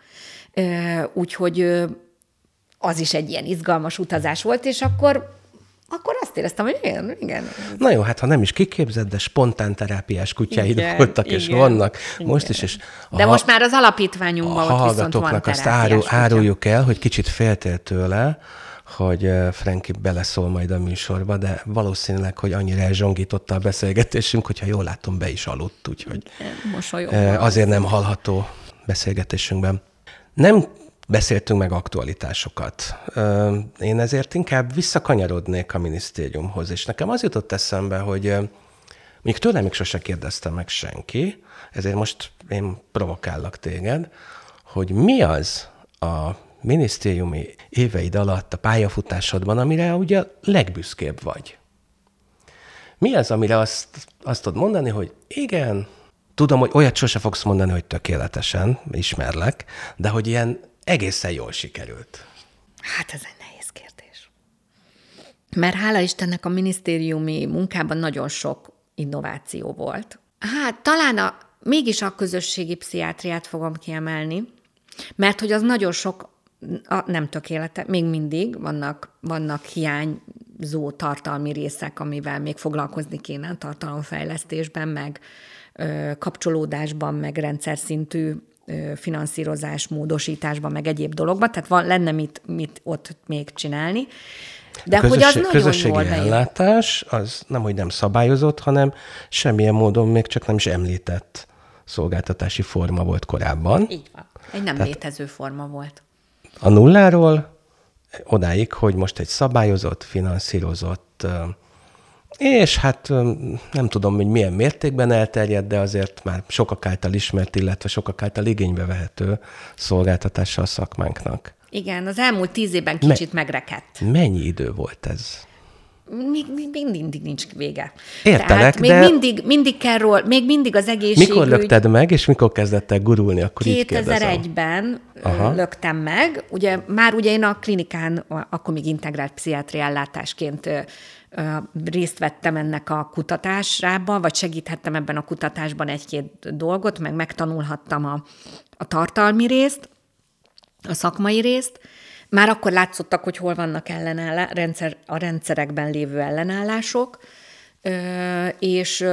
Úgyhogy az is egy ilyen izgalmas utazás volt, és akkor azt éreztem, hogy igen. Na jó, hát ha nem is kiképzett, de spontán terápiás kutyáid voltak, és vannak most is. És de most már az alapítványunkban ott viszont van hallgatóknak terápiás azt áruljuk el, hogy kicsit féltél tőle, hogy Franki beleszól majd a műsorba, de valószínűleg, hogy annyira elzsongította a beszélgetésünk, hogyha jól látom, be is aludt, úgyhogy azért nem hallható beszélgetésünkben. Nem beszéltünk meg aktualitásokat. Én ezért inkább visszakanyarodnék a minisztériumhoz, és nekem az jutott eszembe, hogy még tőlem még sose kérdezte meg senki, ezért most én provokállak téged, hogy mi az a minisztériumi éveid alatt a pályafutásodban, amire ugye legbüszkébb vagy? Mi az, amire azt tudod mondani, hogy igen, tudom, hogy olyat sose fogsz mondani, hogy tökéletesen, ismerlek, de hogy ilyen egészen jól sikerült. Hát ez egy nehéz kérdés. Mert hála Istennek a minisztériumi munkában nagyon sok innováció volt. Hát talán mégis a közösségi pszichiátriát fogom kiemelni, mert hogy az nagyon sok, nem tökéletes, még mindig vannak hiányzó tartalmi részek, amivel még foglalkozni kéne a tartalomfejlesztésben, meg kapcsolódásban, meg rendszer szintű finanszírozás, módosításban, meg egyéb dologban, tehát lenne mit ott még csinálni. De hogy az nagyon közösségi ellátás, az nemhogy nem szabályozott, hanem semmilyen módon még csak nem is említett szolgáltatási forma volt korábban. Így van. Egy nem létező forma volt. A nulláról odáig, hogy most egy szabályozott, finanszírozott, és hát nem tudom, hogy milyen mértékben elterjedt, de azért már sokak által ismert, illetve sokak által igénybe vehető szolgáltatása a szakmánknak. Igen, az elmúlt 10 évben kicsit megrekedt. Mennyi idő volt ez? Még mindig nincs vége. Értelek, tehát mindig kell még mindig az egészségügy... Mikor lökted meg, és mikor kezdett el gurulni, akkor így kérdezem. 2001-ben löktem meg. Ugye én a klinikán, akkor még integrált pszichiátria ellátásként részt vettem ennek a kutatásában, vagy segíthettem ebben a kutatásban egy-két dolgot, meg megtanulhattam a tartalmi részt, a szakmai részt. Már akkor látszottak, hogy hol vannak a rendszerekben lévő ellenállások, és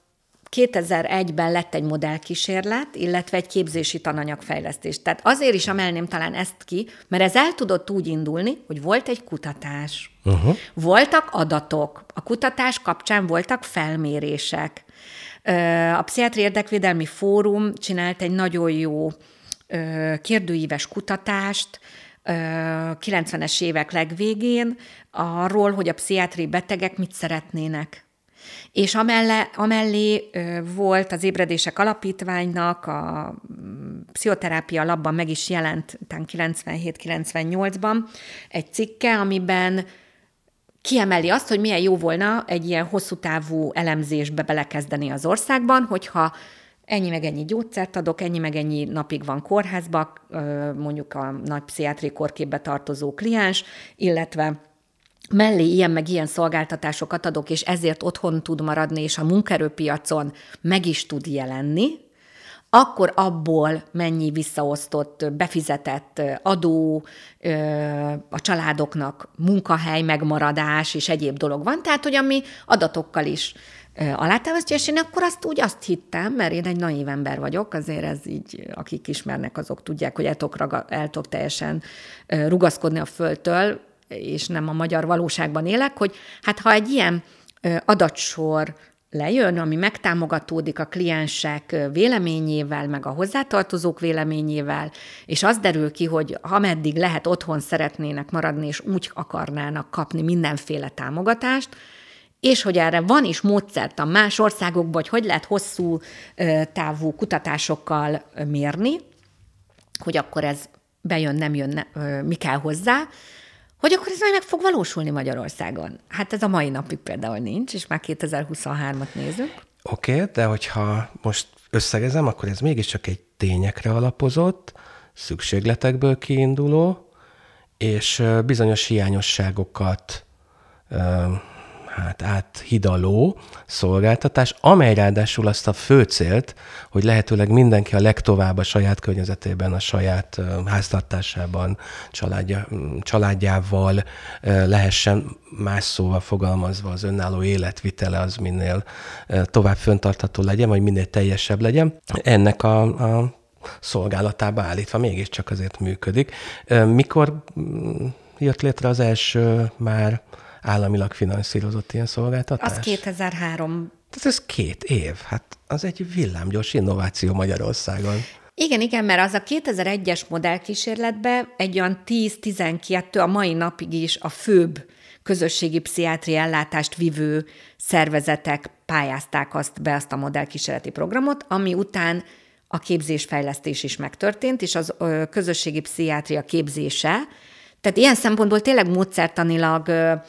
2001-ben lett egy modellkísérlet, illetve egy képzési tananyagfejlesztés. Tehát azért is emelném talán ezt ki, mert ez el tudott úgy indulni, hogy volt egy kutatás, voltak adatok, a kutatás kapcsán voltak felmérések. A Pszichiátria Érdekvédelmi Fórum csinált egy nagyon jó kérdőíves kutatást, 90-es évek legvégén arról, hogy a pszichiátriai betegek mit szeretnének. És amellé volt az Ébredések Alapítványnak a Pszichoterápia Labban meg is jelent 97-98-ban egy cikke, amiben kiemeli azt, hogy milyen jó volna egy ilyen hosszú távú elemzésbe belekezdeni az országban, hogyha ennyi meg ennyi gyógyszert adok, ennyi meg ennyi napig van kórházba, mondjuk a nagy pszichiátriai kórképbe tartozó kliens, illetve mellé ilyen meg ilyen szolgáltatásokat adok, és ezért otthon tud maradni, és a munkaerőpiacon meg is tud jelenni, akkor abból mennyi visszaosztott, befizetett adó, a családoknak munkahely megmaradás és egyéb dolog van, tehát hogy ami adatokkal is alátámasztja, és én akkor azt hittem, mert én egy naív ember vagyok, azért ez így, akik ismernek, azok tudják, hogy el tudok teljesen rugaszkodni a földtől, és nem a magyar valóságban élek, hogy hát ha egy ilyen adatsor lejön, ami megtámogatódik a kliensek véleményével, meg a hozzátartozók véleményével, és az derül ki, hogy ameddig lehet otthon szeretnének maradni, és úgy akarnának kapni mindenféle támogatást, és hogy erre van is módszertan más országokban, hogy lehet hosszú távú kutatásokkal mérni, hogy akkor ez bejön, nem jön, mi kell hozzá, hogy akkor ez meg fog valósulni Magyarországon. Hát ez a mai napig például nincs, és már 2023-at nézünk. Oké, de hogyha most összegezem, akkor ez mégiscsak egy tényekre alapozott, szükségletekből kiinduló, és bizonyos hiányosságokat áthidaló szolgáltatás, amely ráadásul azt a fő célt, hogy lehetőleg mindenki a legtovább a saját környezetében, a saját háztartásában, családjával lehessen, más szóval fogalmazva az önálló életvitele az minél tovább fenntartható legyen, vagy minél teljesebb legyen. Ennek a szolgálatába állítva mégiscsak azért működik. Mikor jött létre az első már államilag finanszírozott ilyen szolgáltatás? Az 2003. Tehát ez 2 év. Hát az egy villámgyors innováció Magyarországon. Igen, mert az a 2001-es modellkísérletben egy olyan 10-12 a mai napig is a főbb közösségi pszichiátriai ellátást vivő szervezetek pályázták azt a modellkísérleti programot, ami után a képzésfejlesztés is megtörtént, és az közösségi pszichiátria képzése, tehát ilyen szempontból tényleg módszertanilag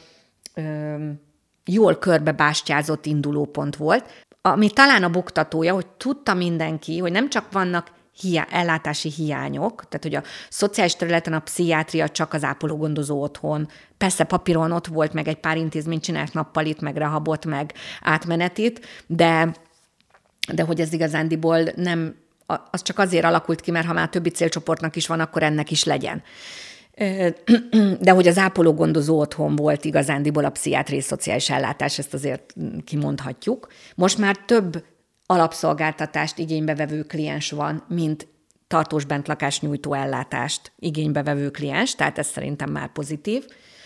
jól körbebástyázott indulópont volt, ami talán a buktatója, hogy tudta mindenki, hogy nem csak vannak ellátási hiányok, tehát hogy a szociális területen a pszichiátria csak az ápoló-gondozó otthon. Persze papíron ott volt, meg egy pár intézményt csinált nappalit, meg rehabot, meg átmenetit, de hogy ez igazándiból nem, az csak azért alakult ki, mert ha már többi célcsoportnak is van, akkor ennek is legyen. De hogy az ápoló-gondozó otthon volt igazándiból a pszichiátriai szociális ellátás, ezt azért kimondhatjuk. Most már több alapszolgáltatást igénybevevő kliens van, mint tartós bentlakást nyújtó ellátást igénybevevő kliens, tehát ez szerintem már pozitív.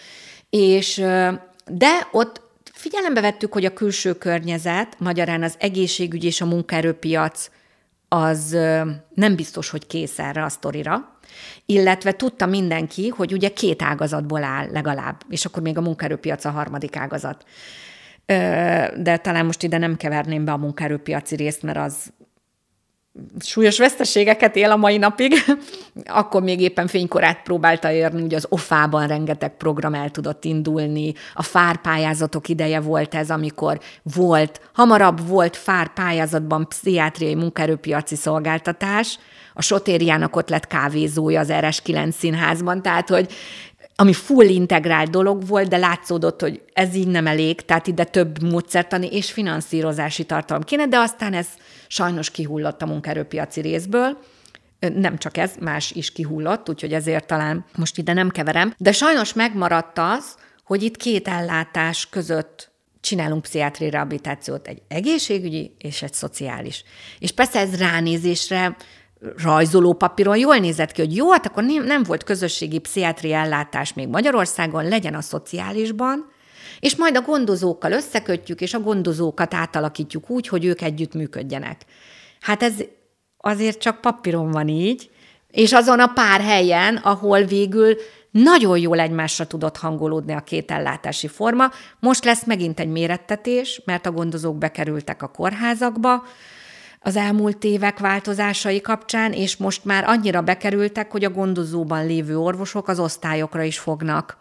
De ott figyelembe vettük, hogy a külső környezet, magyarán az egészségügy és a munkaerőpiac az nem biztos, hogy kész erre a sztorira, illetve tudta mindenki, hogy ugye 2 ágazatból áll legalább, és akkor még a munkaerőpiac a harmadik ágazat. De talán most ide nem keverném be a munkaerőpiaci részt, mert az súlyos veszteségeket él a mai napig. Akkor még éppen fénykorát próbálta érni, ugye az OFA-ban rengeteg program el tudott indulni, a FÁR pályázatok ideje volt ez, amikor hamarabb volt FÁR pályázatban pszichiátriai munkaerőpiaci szolgáltatás, a Sotériának ott lett kávézója az RS9 színházban, tehát hogy ami full integrált dolog volt, de látszódott, hogy ez így nem elég, tehát ide több módszertani és finanszírozási tartalom kéne, de aztán ez sajnos kihullott a munkaerőpiaci részből. Nem csak ez, más is kihullott, úgyhogy ezért talán most ide nem keverem. De sajnos megmaradt az, hogy itt 2 ellátás között csinálunk pszichiátriai rehabilitációt, egy egészségügyi és egy szociális. És persze ez ránézésre rajzoló papíron jól nézett ki, hogy jó, hát akkor nem volt közösségi pszichiátriai ellátás még Magyarországon, legyen a szociálisban, és majd a gondozókkal összekötjük, és a gondozókat átalakítjuk úgy, hogy ők együtt működjenek. Hát ez azért csak papíron van így, és azon a pár helyen, ahol végül nagyon jól egymásra tudott hangolódni a 2 ellátási forma. Most lesz megint egy mérettetés, mert a gondozók bekerültek a kórházakba, az elmúlt évek változásai kapcsán, és most már annyira bekerültek, hogy a gondozóban lévő orvosok az osztályokra is fognak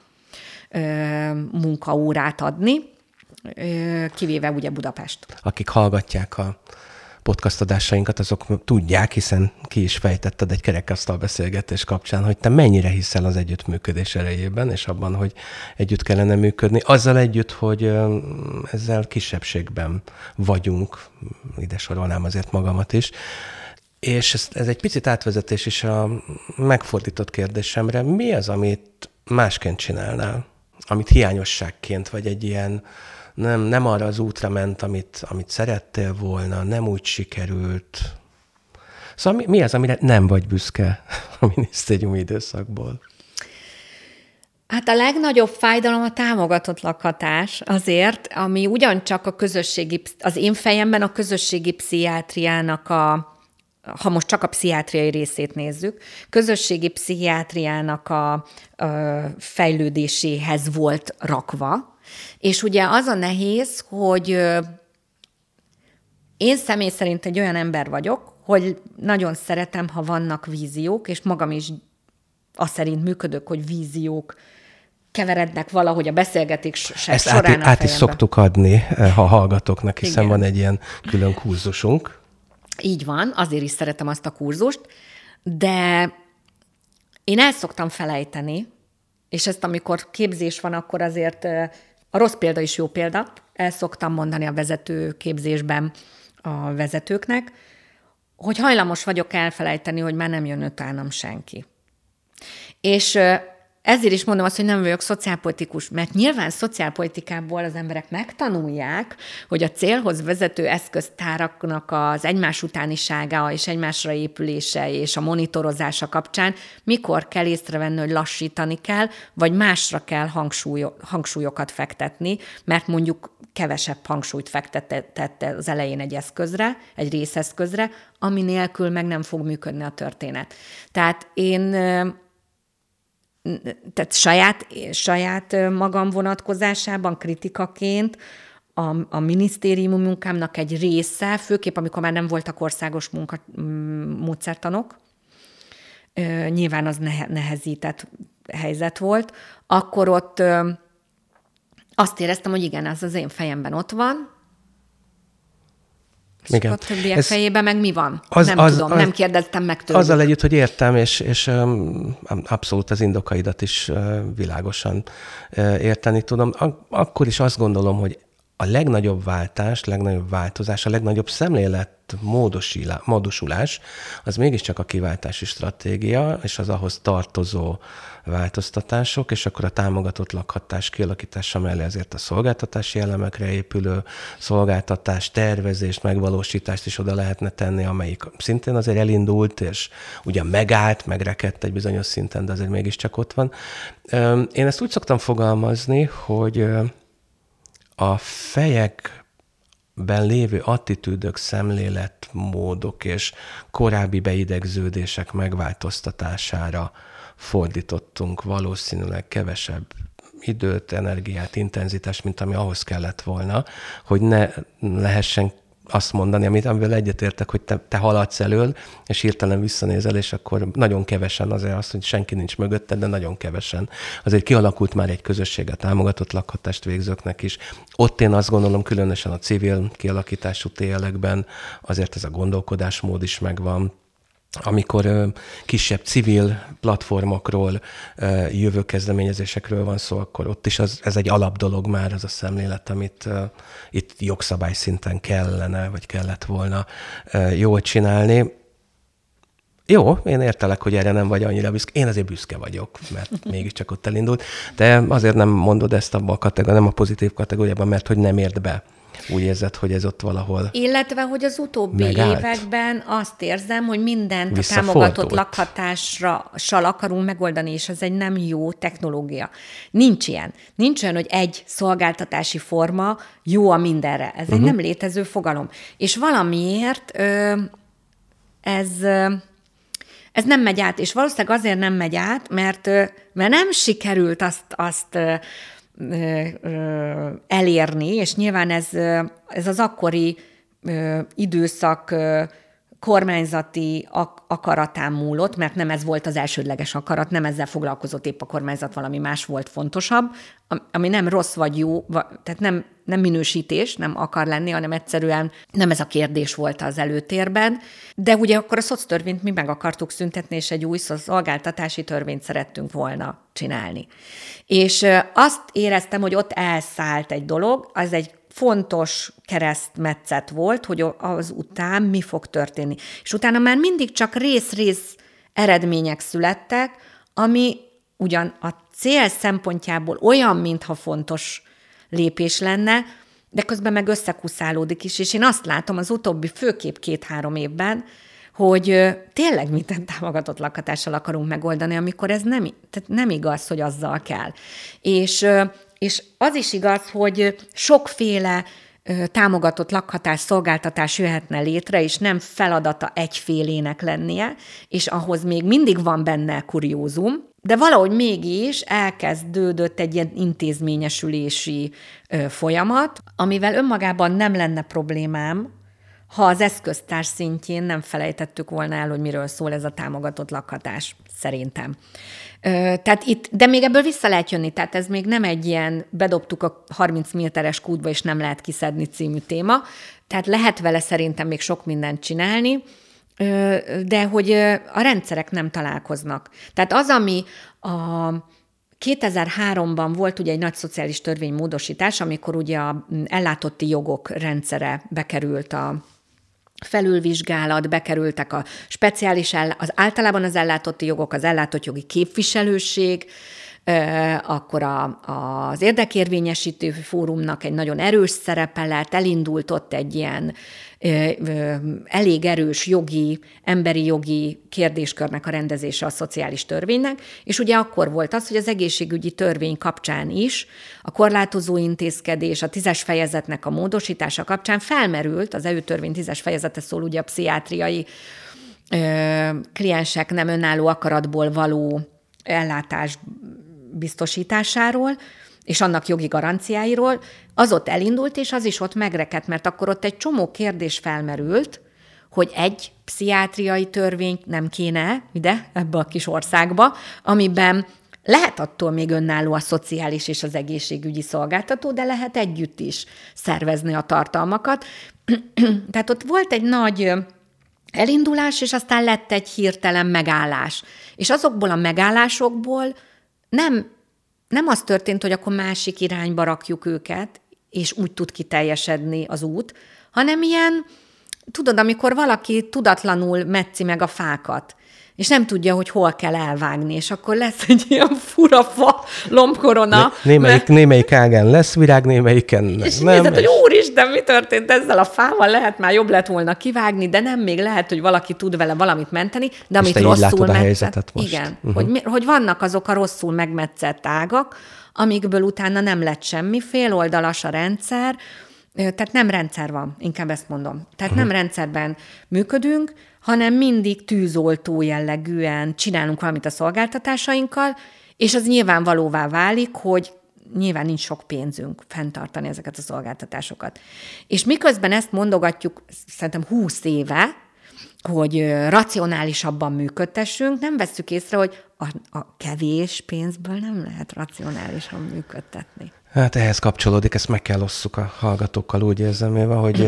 munkaórát adni, kivéve ugye Budapest. Akik hallgatják a podcast adásainkat, azok tudják, hiszen ki is fejtetted egy kerekasztal beszélgetés kapcsán, hogy te mennyire hiszel az együttműködés erejében, és abban, hogy együtt kellene működni. Azzal együtt, hogy ezzel kisebbségben vagyunk, ide sorolnám azért magamat is, és ez egy picit átvezetés is a megfordított kérdésemre. Mi az, amit másként csinálnál? Amit hiányosságként, vagy egy ilyen nem arra az útra ment, amit szerettél volna, nem úgy sikerült. Szóval mi az, amire nem vagy büszke a minisztériumi időszakból? Hát a legnagyobb fájdalom a támogatott lakhatás azért, ami ugyancsak az én fejemben a közösségi pszichiátriának ha most csak a pszichiátriai részét nézzük, közösségi pszichiátriának a fejlődéséhez volt rakva. És ugye az a nehéz, hogy én személy szerint egy olyan ember vagyok, hogy nagyon szeretem, ha vannak víziók, és magam is azt szerint működök, hogy víziók keverednek valahogy a beszélgetések során a fejembe. Át is szoktuk adni a hallgatóknak, hiszen igen, van egy ilyen külön kurzusunk. Így van, azért is szeretem azt a kurzust, de én el szoktam felejteni, és ezt amikor képzés van, akkor azért a rossz példa is jó példa, el szoktam mondani a vezető képzésben a vezetőknek, hogy hajlamos vagyok elfelejteni, hogy már nem jön utánam senki. És ezért is mondom azt, hogy nem vagyok szociálpolitikus, mert nyilván szociálpolitikából az emberek megtanulják, hogy a célhoz vezető eszköztáraknak az egymás utánisága és egymásra épülése és a monitorozása kapcsán mikor kell észrevenni, hogy lassítani kell, vagy másra kell hangsúlyokat fektetni, mert mondjuk kevesebb hangsúlyt fektetett az elején egy eszközre, egy részeszközre, ami nélkül meg nem fog működni a történet. Tehát saját magam vonatkozásában kritikaként a minisztériumi munkámnak egy része, főképp amikor már nem voltak országos módszertanok, nyilván az nehezített helyzet volt, akkor ott azt éreztem, hogy igen, az én fejemben ott van, igen. A többiek fejében meg mi van? Nem tudom, nem kérdeztem meg tőlük. Azzal együtt, hogy értem, és abszolút az indokaidat is világosan érteni tudom. Akkor is azt gondolom, hogy a legnagyobb váltás, legnagyobb változás, a legnagyobb szemlélet módosulás, az mégiscsak a kiváltási stratégia, és az ahhoz tartozó változtatások, és akkor a támogatott lakhatás kialakítása mellé azért a szolgáltatási elemekre épülő szolgáltatás, tervezést, megvalósítást is oda lehetne tenni, amelyik szintén azért elindult, és ugyan megállt, megrekedt egy bizonyos szinten, de azért mégiscsak ott van. Én ezt úgy szoktam fogalmazni, hogy a fejekben lévő attitűdök, szemléletmódok és korábbi beidegződések megváltoztatására fordítottunk valószínűleg kevesebb időt, energiát, intenzitást, mint ami ahhoz kellett volna, hogy ne lehessen azt mondani, amivel egyetértek, hogy te haladsz elől, és hirtelen visszanézel, és akkor nagyon kevesen, azért azt, hogy senki nincs mögötted, de nagyon kevesen. Azért kialakult már egy közösség a támogatott lakhatást végzőknek is. Ott én azt gondolom, különösen a civil kialakítású TL-ekben azért ez a gondolkodásmód is megvan. Amikor kisebb civil platformokról, jövő kezdeményezésekről van szó, akkor ott is ez egy alapdolog már, az a szemlélet, amit itt jogszabály szinten kellene, vagy kellett volna jól csinálni. Jó, én értelek, hogy erre nem vagy annyira büszke. Én azért büszke vagyok, mert mégiscsak ott elindult. De azért nem mondod ezt abba a kategóriában, nem a pozitív kategóriában, mert hogy nem ért be. Úgy érzed, hogy ez ott valahol illetve, hogy az utóbbi években azt érzem, hogy mindent a támogatott lakhatással akarunk megoldani, és ez egy nem jó technológia. Nincs ilyen. Nincs olyan, hogy egy szolgáltatási forma jó a mindenre. Ez egy nem létező fogalom. És valamiért ez nem megy át, és valószínűleg azért nem megy át, mert nem sikerült azt elérni, és nyilván ez az akkori időszak kormányzati akaratán múlott, mert nem ez volt az elsődleges akarat, nem ezzel foglalkozott épp a kormányzat, valami más volt fontosabb, ami nem rossz vagy jó, tehát nem minősítés, nem akar lenni, hanem egyszerűen nem ez a kérdés volt az előtérben. De ugye akkor a szoctörvényt mi meg akartuk szüntetni, és egy új szolgáltatási törvényt szerettünk volna csinálni. És azt éreztem, hogy ott elszállt egy dolog, az egy fontos keresztmetszet volt, hogy az után mi fog történni. És utána már mindig csak rész-rész eredmények születtek, ami ugyan a cél szempontjából olyan, mintha fontos lépés lenne, de közben meg összekuszálódik is, és én azt látom az utóbbi főképp 2-3 évben, hogy tényleg minden támogatott lakhatással akarunk megoldani, amikor ez nem igaz, hogy azzal kell. És az is igaz, hogy sokféle támogatott lakhatás, szolgáltatás jöhetne létre, és nem feladata egyfélének lennie, és ahhoz még mindig van benne kuriózum, de valahogy mégis elkezdődött egy ilyen intézményesülési folyamat, amivel önmagában nem lenne problémám, ha az eszköztárs szintjén nem felejtettük volna el, hogy miről szól ez a támogatott lakhatás, szerintem. Tehát de még ebből vissza lehet jönni, tehát ez még nem egy ilyen bedobtuk a 30 méteres kútba, és nem lehet kiszedni című téma, tehát lehet vele szerintem még sok mindent csinálni, de hogy a rendszerek nem találkoznak. Tehát az, ami 2003-ban volt ugye egy nagy szociális törvénymódosítás, amikor ugye a ellátotti jogok rendszere bekerült a felülvizsgálat, bekerültek a speciális, az általában az ellátotti jogok, az ellátott jogi képviselőség, akkor az érdekérvényesítő fórumnak egy nagyon erős szerepe lett, elindult ott egy ilyen elég erős emberi jogi kérdéskörnek a rendezése a szociális törvénynek, és ugye akkor volt az, hogy az egészségügyi törvény kapcsán is a korlátozó intézkedés, a 10-es fejezetnek a módosítása kapcsán felmerült, az EU törvény 10-es fejezete szól ugye a pszichiátriai kliensek nem önálló akaratból való ellátás biztosításáról, és annak jogi garanciáiról, az ott elindult, és az is ott megrekedt, mert akkor ott egy csomó kérdés felmerült, hogy egy pszichiátriai törvény nem kéne ide, ebbe a kis országba, amiben lehet attól még önálló a szociális és az egészségügyi szolgáltató, de lehet együtt is szervezni a tartalmakat. Tehát ott volt egy nagy elindulás, és aztán lett egy hirtelen megállás. És azokból a megállásokból nem az történt, hogy akkor másik irányba rakjuk őket, és úgy tud kiteljesedni az út, hanem ilyen, tudod, amikor valaki tudatlanul metszi meg a fákat, és nem tudja, hogy hol kell elvágni, és akkor lesz egy ilyen fura fa, lombkorona. Némelyik ágán lesz virág, némelyiken nem. És nézed, hogy úristen, mi történt ezzel a fával, lehet már jobb lett volna kivágni, de nem, még lehet, hogy valaki tud vele valamit menteni, de amit rosszul metszett. Igen, hogy vannak azok a rosszul megmetszett ágak, amikből utána nem lett semmi, féloldalas a rendszer, tehát nem rendszer van, inkább ezt mondom. Tehát nem rendszerben működünk, hanem mindig tűzoltó jellegűen csinálunk valamit a szolgáltatásainkkal, és az nyilvánvalóvá válik, hogy nyilván nincs sok pénzünk fenntartani ezeket a szolgáltatásokat. És miközben ezt mondogatjuk, szerintem 20 éve, hogy racionálisabban működtessünk, nem vesszük észre, hogy a kevés pénzből nem lehet racionálisan működtetni. Hát ehhez kapcsolódik, ezt meg kell osszuk a hallgatókkal, úgy érzem, Éva, hogy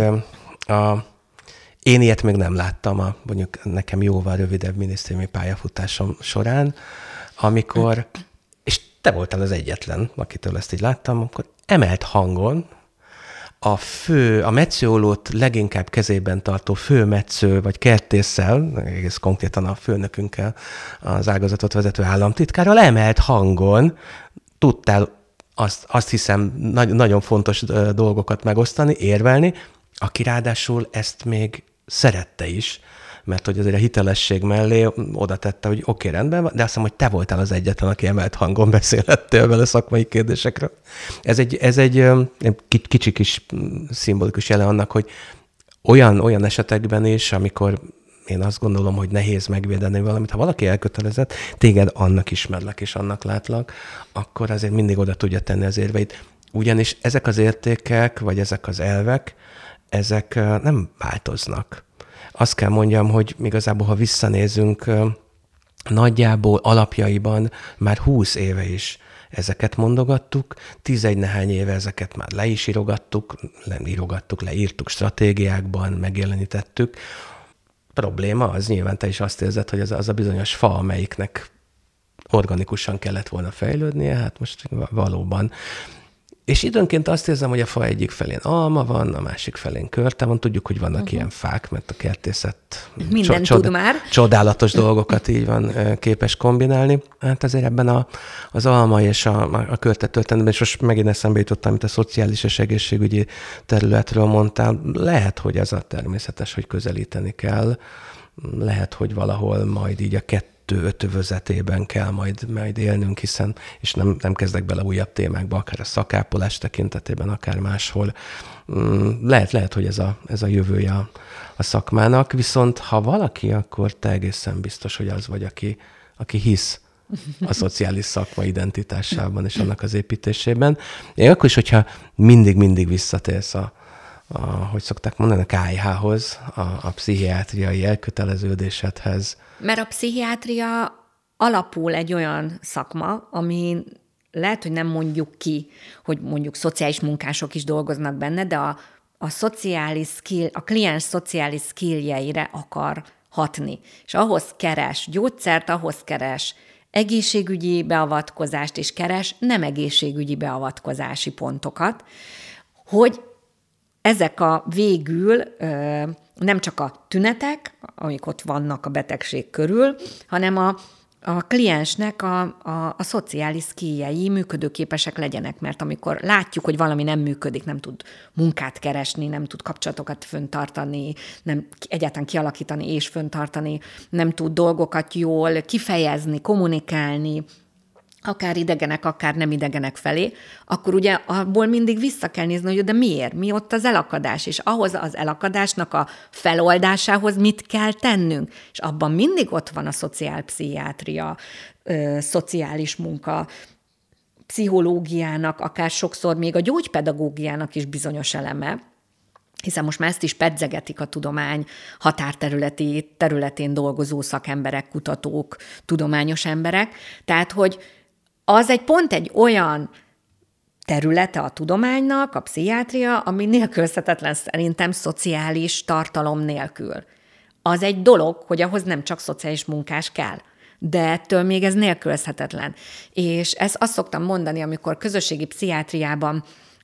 én ilyet még nem láttam mondjuk nekem jóval rövidebb minisztériumi pályafutásom során, amikor, és te voltál az egyetlen, akitől ezt így láttam, akkor emelt hangon a metszőollót leginkább kezében tartó főmetsző vagy kertésszel, egész konkrétan a főnökünkkel, az ágazatot vezető államtitkárral emelt hangon tudtál azt hiszem nagyon fontos dolgokat megosztani, érvelni, aki ráadásul ezt még szerette is, mert hogy azért a hitelesség mellé oda tette, hogy oké, rendben van, de azt hiszem, hogy te voltál az egyetlen, aki emelt hangon beszélhettél vele szakmai kérdésekről. Ez egy kicsi kis szimbolikus jele annak, hogy olyan esetekben is, amikor én azt gondolom, hogy nehéz megvédeni valamit, ha valaki elkötelezett, téged annak ismerlek és annak látlak, akkor azért mindig oda tudja tenni az érveit. Ugyanis ezek az értékek, vagy ezek az elvek, ezek nem változnak. Azt kell mondjam, hogy igazából, ha visszanézünk, nagyjából alapjaiban már 20 éve is ezeket mondogattuk, 11 nehány éve ezeket már le is leírtuk stratégiákban, megjelenítettük. Probléma az nyilván, te is azt érzed, hogy az a bizonyos fa, amelyiknek organikusan kellett volna fejlődnie, hát most valóban. És időnként azt érzem, hogy a fa egyik felén alma van, a másik felén körte van. Tudjuk, hogy vannak ilyen fák, mert a kertészet tud már. Csodálatos dolgokat így van képes kombinálni. Hát azért ebben az alma és a körte történetben, és most megint eszembe jutottam, amit a szociális és egészségügyi területről mondtál. Lehet, hogy ez a természetes, hogy közelíteni kell. Lehet, hogy valahol majd így a kettő ötvözetében kell majd élnünk, hiszen, és nem kezdek bele újabb témákba, akár a szakápolás tekintetében, akár máshol. Lehet, hogy ez a jövője a szakmának, viszont ha valaki, akkor te egészen biztos, hogy az vagy, aki hisz a szociális szakma identitásában és annak az építésében. Én akkor is, hogyha mindig visszatérsz hogy szokták mondani, a KIH-hoz, a pszichiátriai elköteleződésedhez. Mert a pszichiátria alapul egy olyan szakma, ami lehet, hogy nem mondjuk ki, hogy mondjuk szociális munkások is dolgoznak benne, de a kliens szociális skilljeire akar hatni. És ahhoz keres gyógyszert, ahhoz keres egészségügyi beavatkozást, és keres nem egészségügyi beavatkozási pontokat, hogy ezek végül nem csak a tünetek, amik ott vannak a betegség körül, hanem a kliensnek a szociális skilljei működőképesek legyenek, mert amikor látjuk, hogy valami nem működik, nem tud munkát keresni, nem tud kapcsolatokat föntartani, nem egyáltalán kialakítani és föntartani, nem tud dolgokat jól kifejezni, kommunikálni, akár idegenek, akár nem idegenek felé, akkor ugye abból mindig vissza kell nézni, hogy de miért? Mi ott az elakadás? És ahhoz az elakadásnak a feloldásához mit kell tennünk? És abban mindig ott van a szociálpszichiátria, szociális munka, pszichológiának, akár sokszor még a gyógypedagógiának is bizonyos eleme, hiszen most már ezt is pedzegetik a tudomány területén dolgozó szakemberek, kutatók, tudományos emberek. Tehát, hogy az pont egy olyan területe a tudománynak, a pszichiátria, ami nélkülözhetetlen szerintem szociális tartalom nélkül. Az egy dolog, hogy ahhoz nem csak szociális munkás kell, de ettől még ez nélkülözhetetlen. És ezt azt szoktam mondani, amikor közösségi pszichiátriában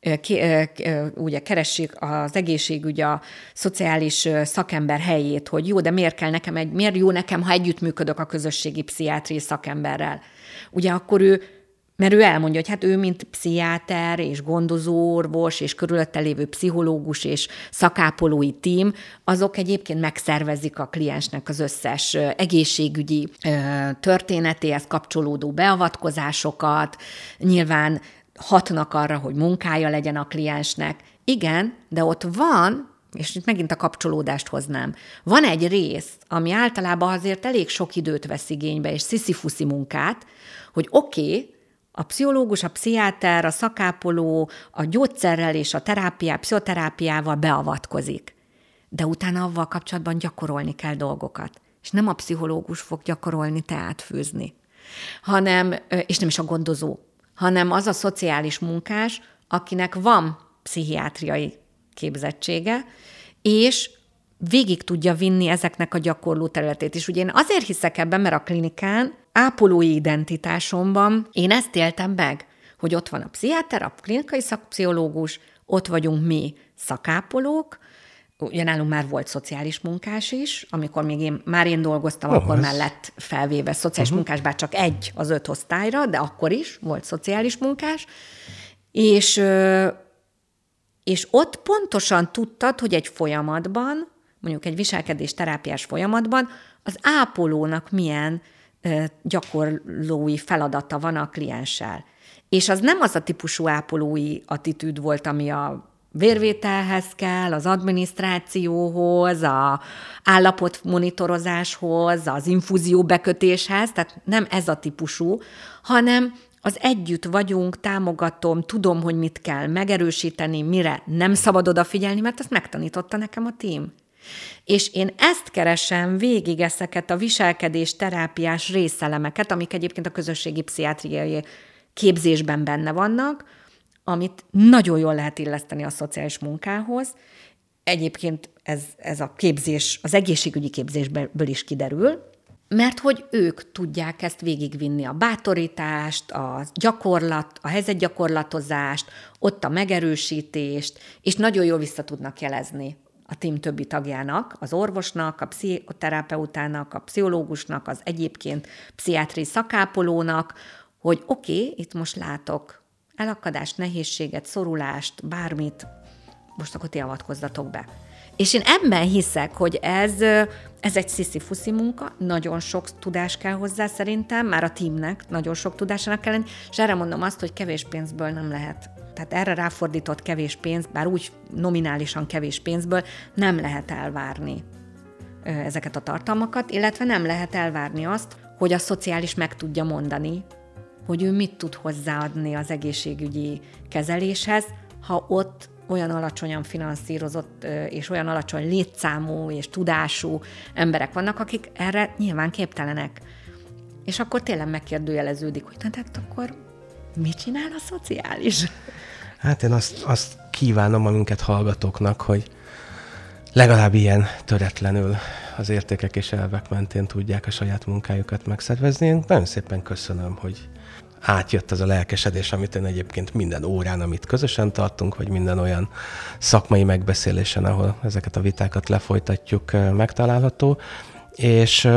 ugye keressék az egészségügy a szociális szakember helyét, hogy jó, de miért jó nekem, ha együttműködök a közösségi pszichiátriai szakemberrel. Ugye akkor mert ő elmondja, hogy hát ő, mint pszichiáter és gondozóorvos és körülötte lévő pszichológus és szakápolói tím, azok egyébként megszervezik a kliensnek az összes egészségügyi történetéhez kapcsolódó beavatkozásokat, nyilván hatnak arra, hogy munkája legyen a kliensnek. Igen, de ott van, és itt megint a kapcsolódást hoznám, van egy rész, ami általában azért elég sok időt vesz igénybe, és sziszifuszi munkát, hogy a pszichológus, a pszichiáter, a szakápoló, a gyógyszerrel és a pszichoterápiával beavatkozik. De utána avval kapcsolatban gyakorolni kell dolgokat. És nem a pszichológus fog gyakorolni teát főzni, és nem is a gondozó, hanem az a szociális munkás, akinek van pszichiátriai képzettsége, és végig tudja vinni ezeknek a gyakorló területét. És ugye én azért hiszek ebben, mert a klinikán, ápolói identitásomban én ezt éltem meg, hogy ott van a pszichiáter, a klinikai szakpszichológus, ott vagyunk mi szakápolók, ugye nálunk már volt szociális munkás is, amikor még én dolgoztam, akkor már lett felvéve szociális munkás, bár csak 1 az 5 osztályra, de akkor is volt szociális munkás, és ott pontosan tudtad, hogy egy folyamatban, mondjuk egy viselkedés terápiás folyamatban az ápolónak milyen gyakorlói feladata van a klienssel. És az nem az a típusú ápolói attitűd volt, ami a vérvételhez kell, az adminisztrációhoz, az állapotmonitorozáshoz, az infúzió bekötéshez, tehát nem ez a típusú, hanem az együtt vagyunk, támogatom, tudom, hogy mit kell megerősíteni, mire nem szabad odafigyelni, mert ezt megtanította nekem a tím. És én ezt keresem végig, ezeket a viselkedés terápiás részelemeket, amik egyébként a közösségi pszichiátriai képzésben benne vannak, amit nagyon jól lehet illeszteni a szociális munkához. Egyébként ez a képzés, az egészségügyi képzésből is kiderül, mert hogy ők tudják ezt végigvinni, a bátorítást, a helyzetgyakorlatozást, ott a megerősítést, és nagyon jól vissza tudnak jelezni a tím többi tagjának, az orvosnak, a pszichoterapeutának, a pszichológusnak, az egyébként pszichiátriai szakápolónak, hogy itt most látok elakadást, nehézséget, szorulást, bármit, most akkor ti avatkozzatok be. És én ebben hiszek, hogy ez egy sziszifuszi munka, nagyon sok tudás kell hozzá szerintem, már a tímnek nagyon sok tudásának kell lenni, és erre mondom azt, hogy kevés pénzből nem lehet. Tehát erre ráfordított kevés pénz, bár úgy nominálisan kevés pénzből nem lehet elvárni ezeket a tartalmakat, illetve nem lehet elvárni azt, hogy a szociális meg tudja mondani, hogy ő mit tud hozzáadni az egészségügyi kezeléshez, ha ott olyan alacsonyan finanszírozott és olyan alacsony létszámú és tudású emberek vannak, akik erre nyilván képtelenek. És akkor tényleg megkérdőjeleződik, hogy tehát akkor mit csinál a szociális? Hát én azt kívánom a minket hallgatóknak, hogy legalább ilyen töretlenül az értékek és elvek mentén tudják a saját munkájukat megszervezni. Én nagyon szépen köszönöm, hogy átjött az a lelkesedés, amit én egyébként minden órán, amit közösen tartunk, vagy minden olyan szakmai megbeszélésen, ahol ezeket a vitákat lefolytatjuk, megtalálható. És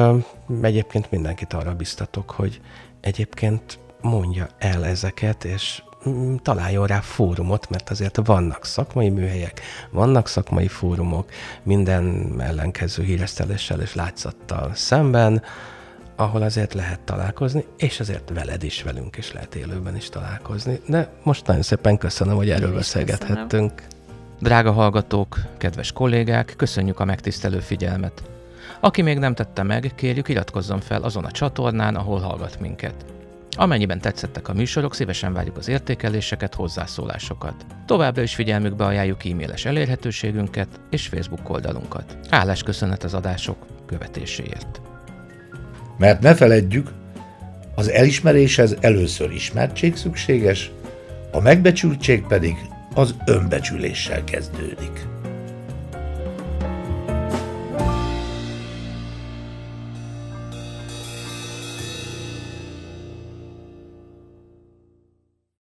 egyébként mindenkit arra biztatok, hogy egyébként mondja el ezeket, és találjon rá fórumot, mert azért vannak szakmai műhelyek, vannak szakmai fórumok, minden ellenkező híreszteléssel és látszattal szemben, ahol azért lehet találkozni, és azért veled is, velünk is lehet élőben is találkozni. De most nagyon szépen köszönöm, hogy erről beszélgethettünk. Drága hallgatók, kedves kollégák, köszönjük a megtisztelő figyelmet. Aki még nem tette meg, kérjük, iratkozzon fel azon a csatornán, ahol hallgat minket. Amennyiben tetszettek a műsorok, szívesen várjuk az értékeléseket, hozzászólásokat. Továbbra is figyelmükbe ajánljuk e-mailes elérhetőségünket és Facebook oldalunkat. Hálás köszönet az adások követéséért. Mert ne feledjük, az elismeréshez először ismertség szükséges, a megbecsültség pedig az önbecsüléssel kezdődik.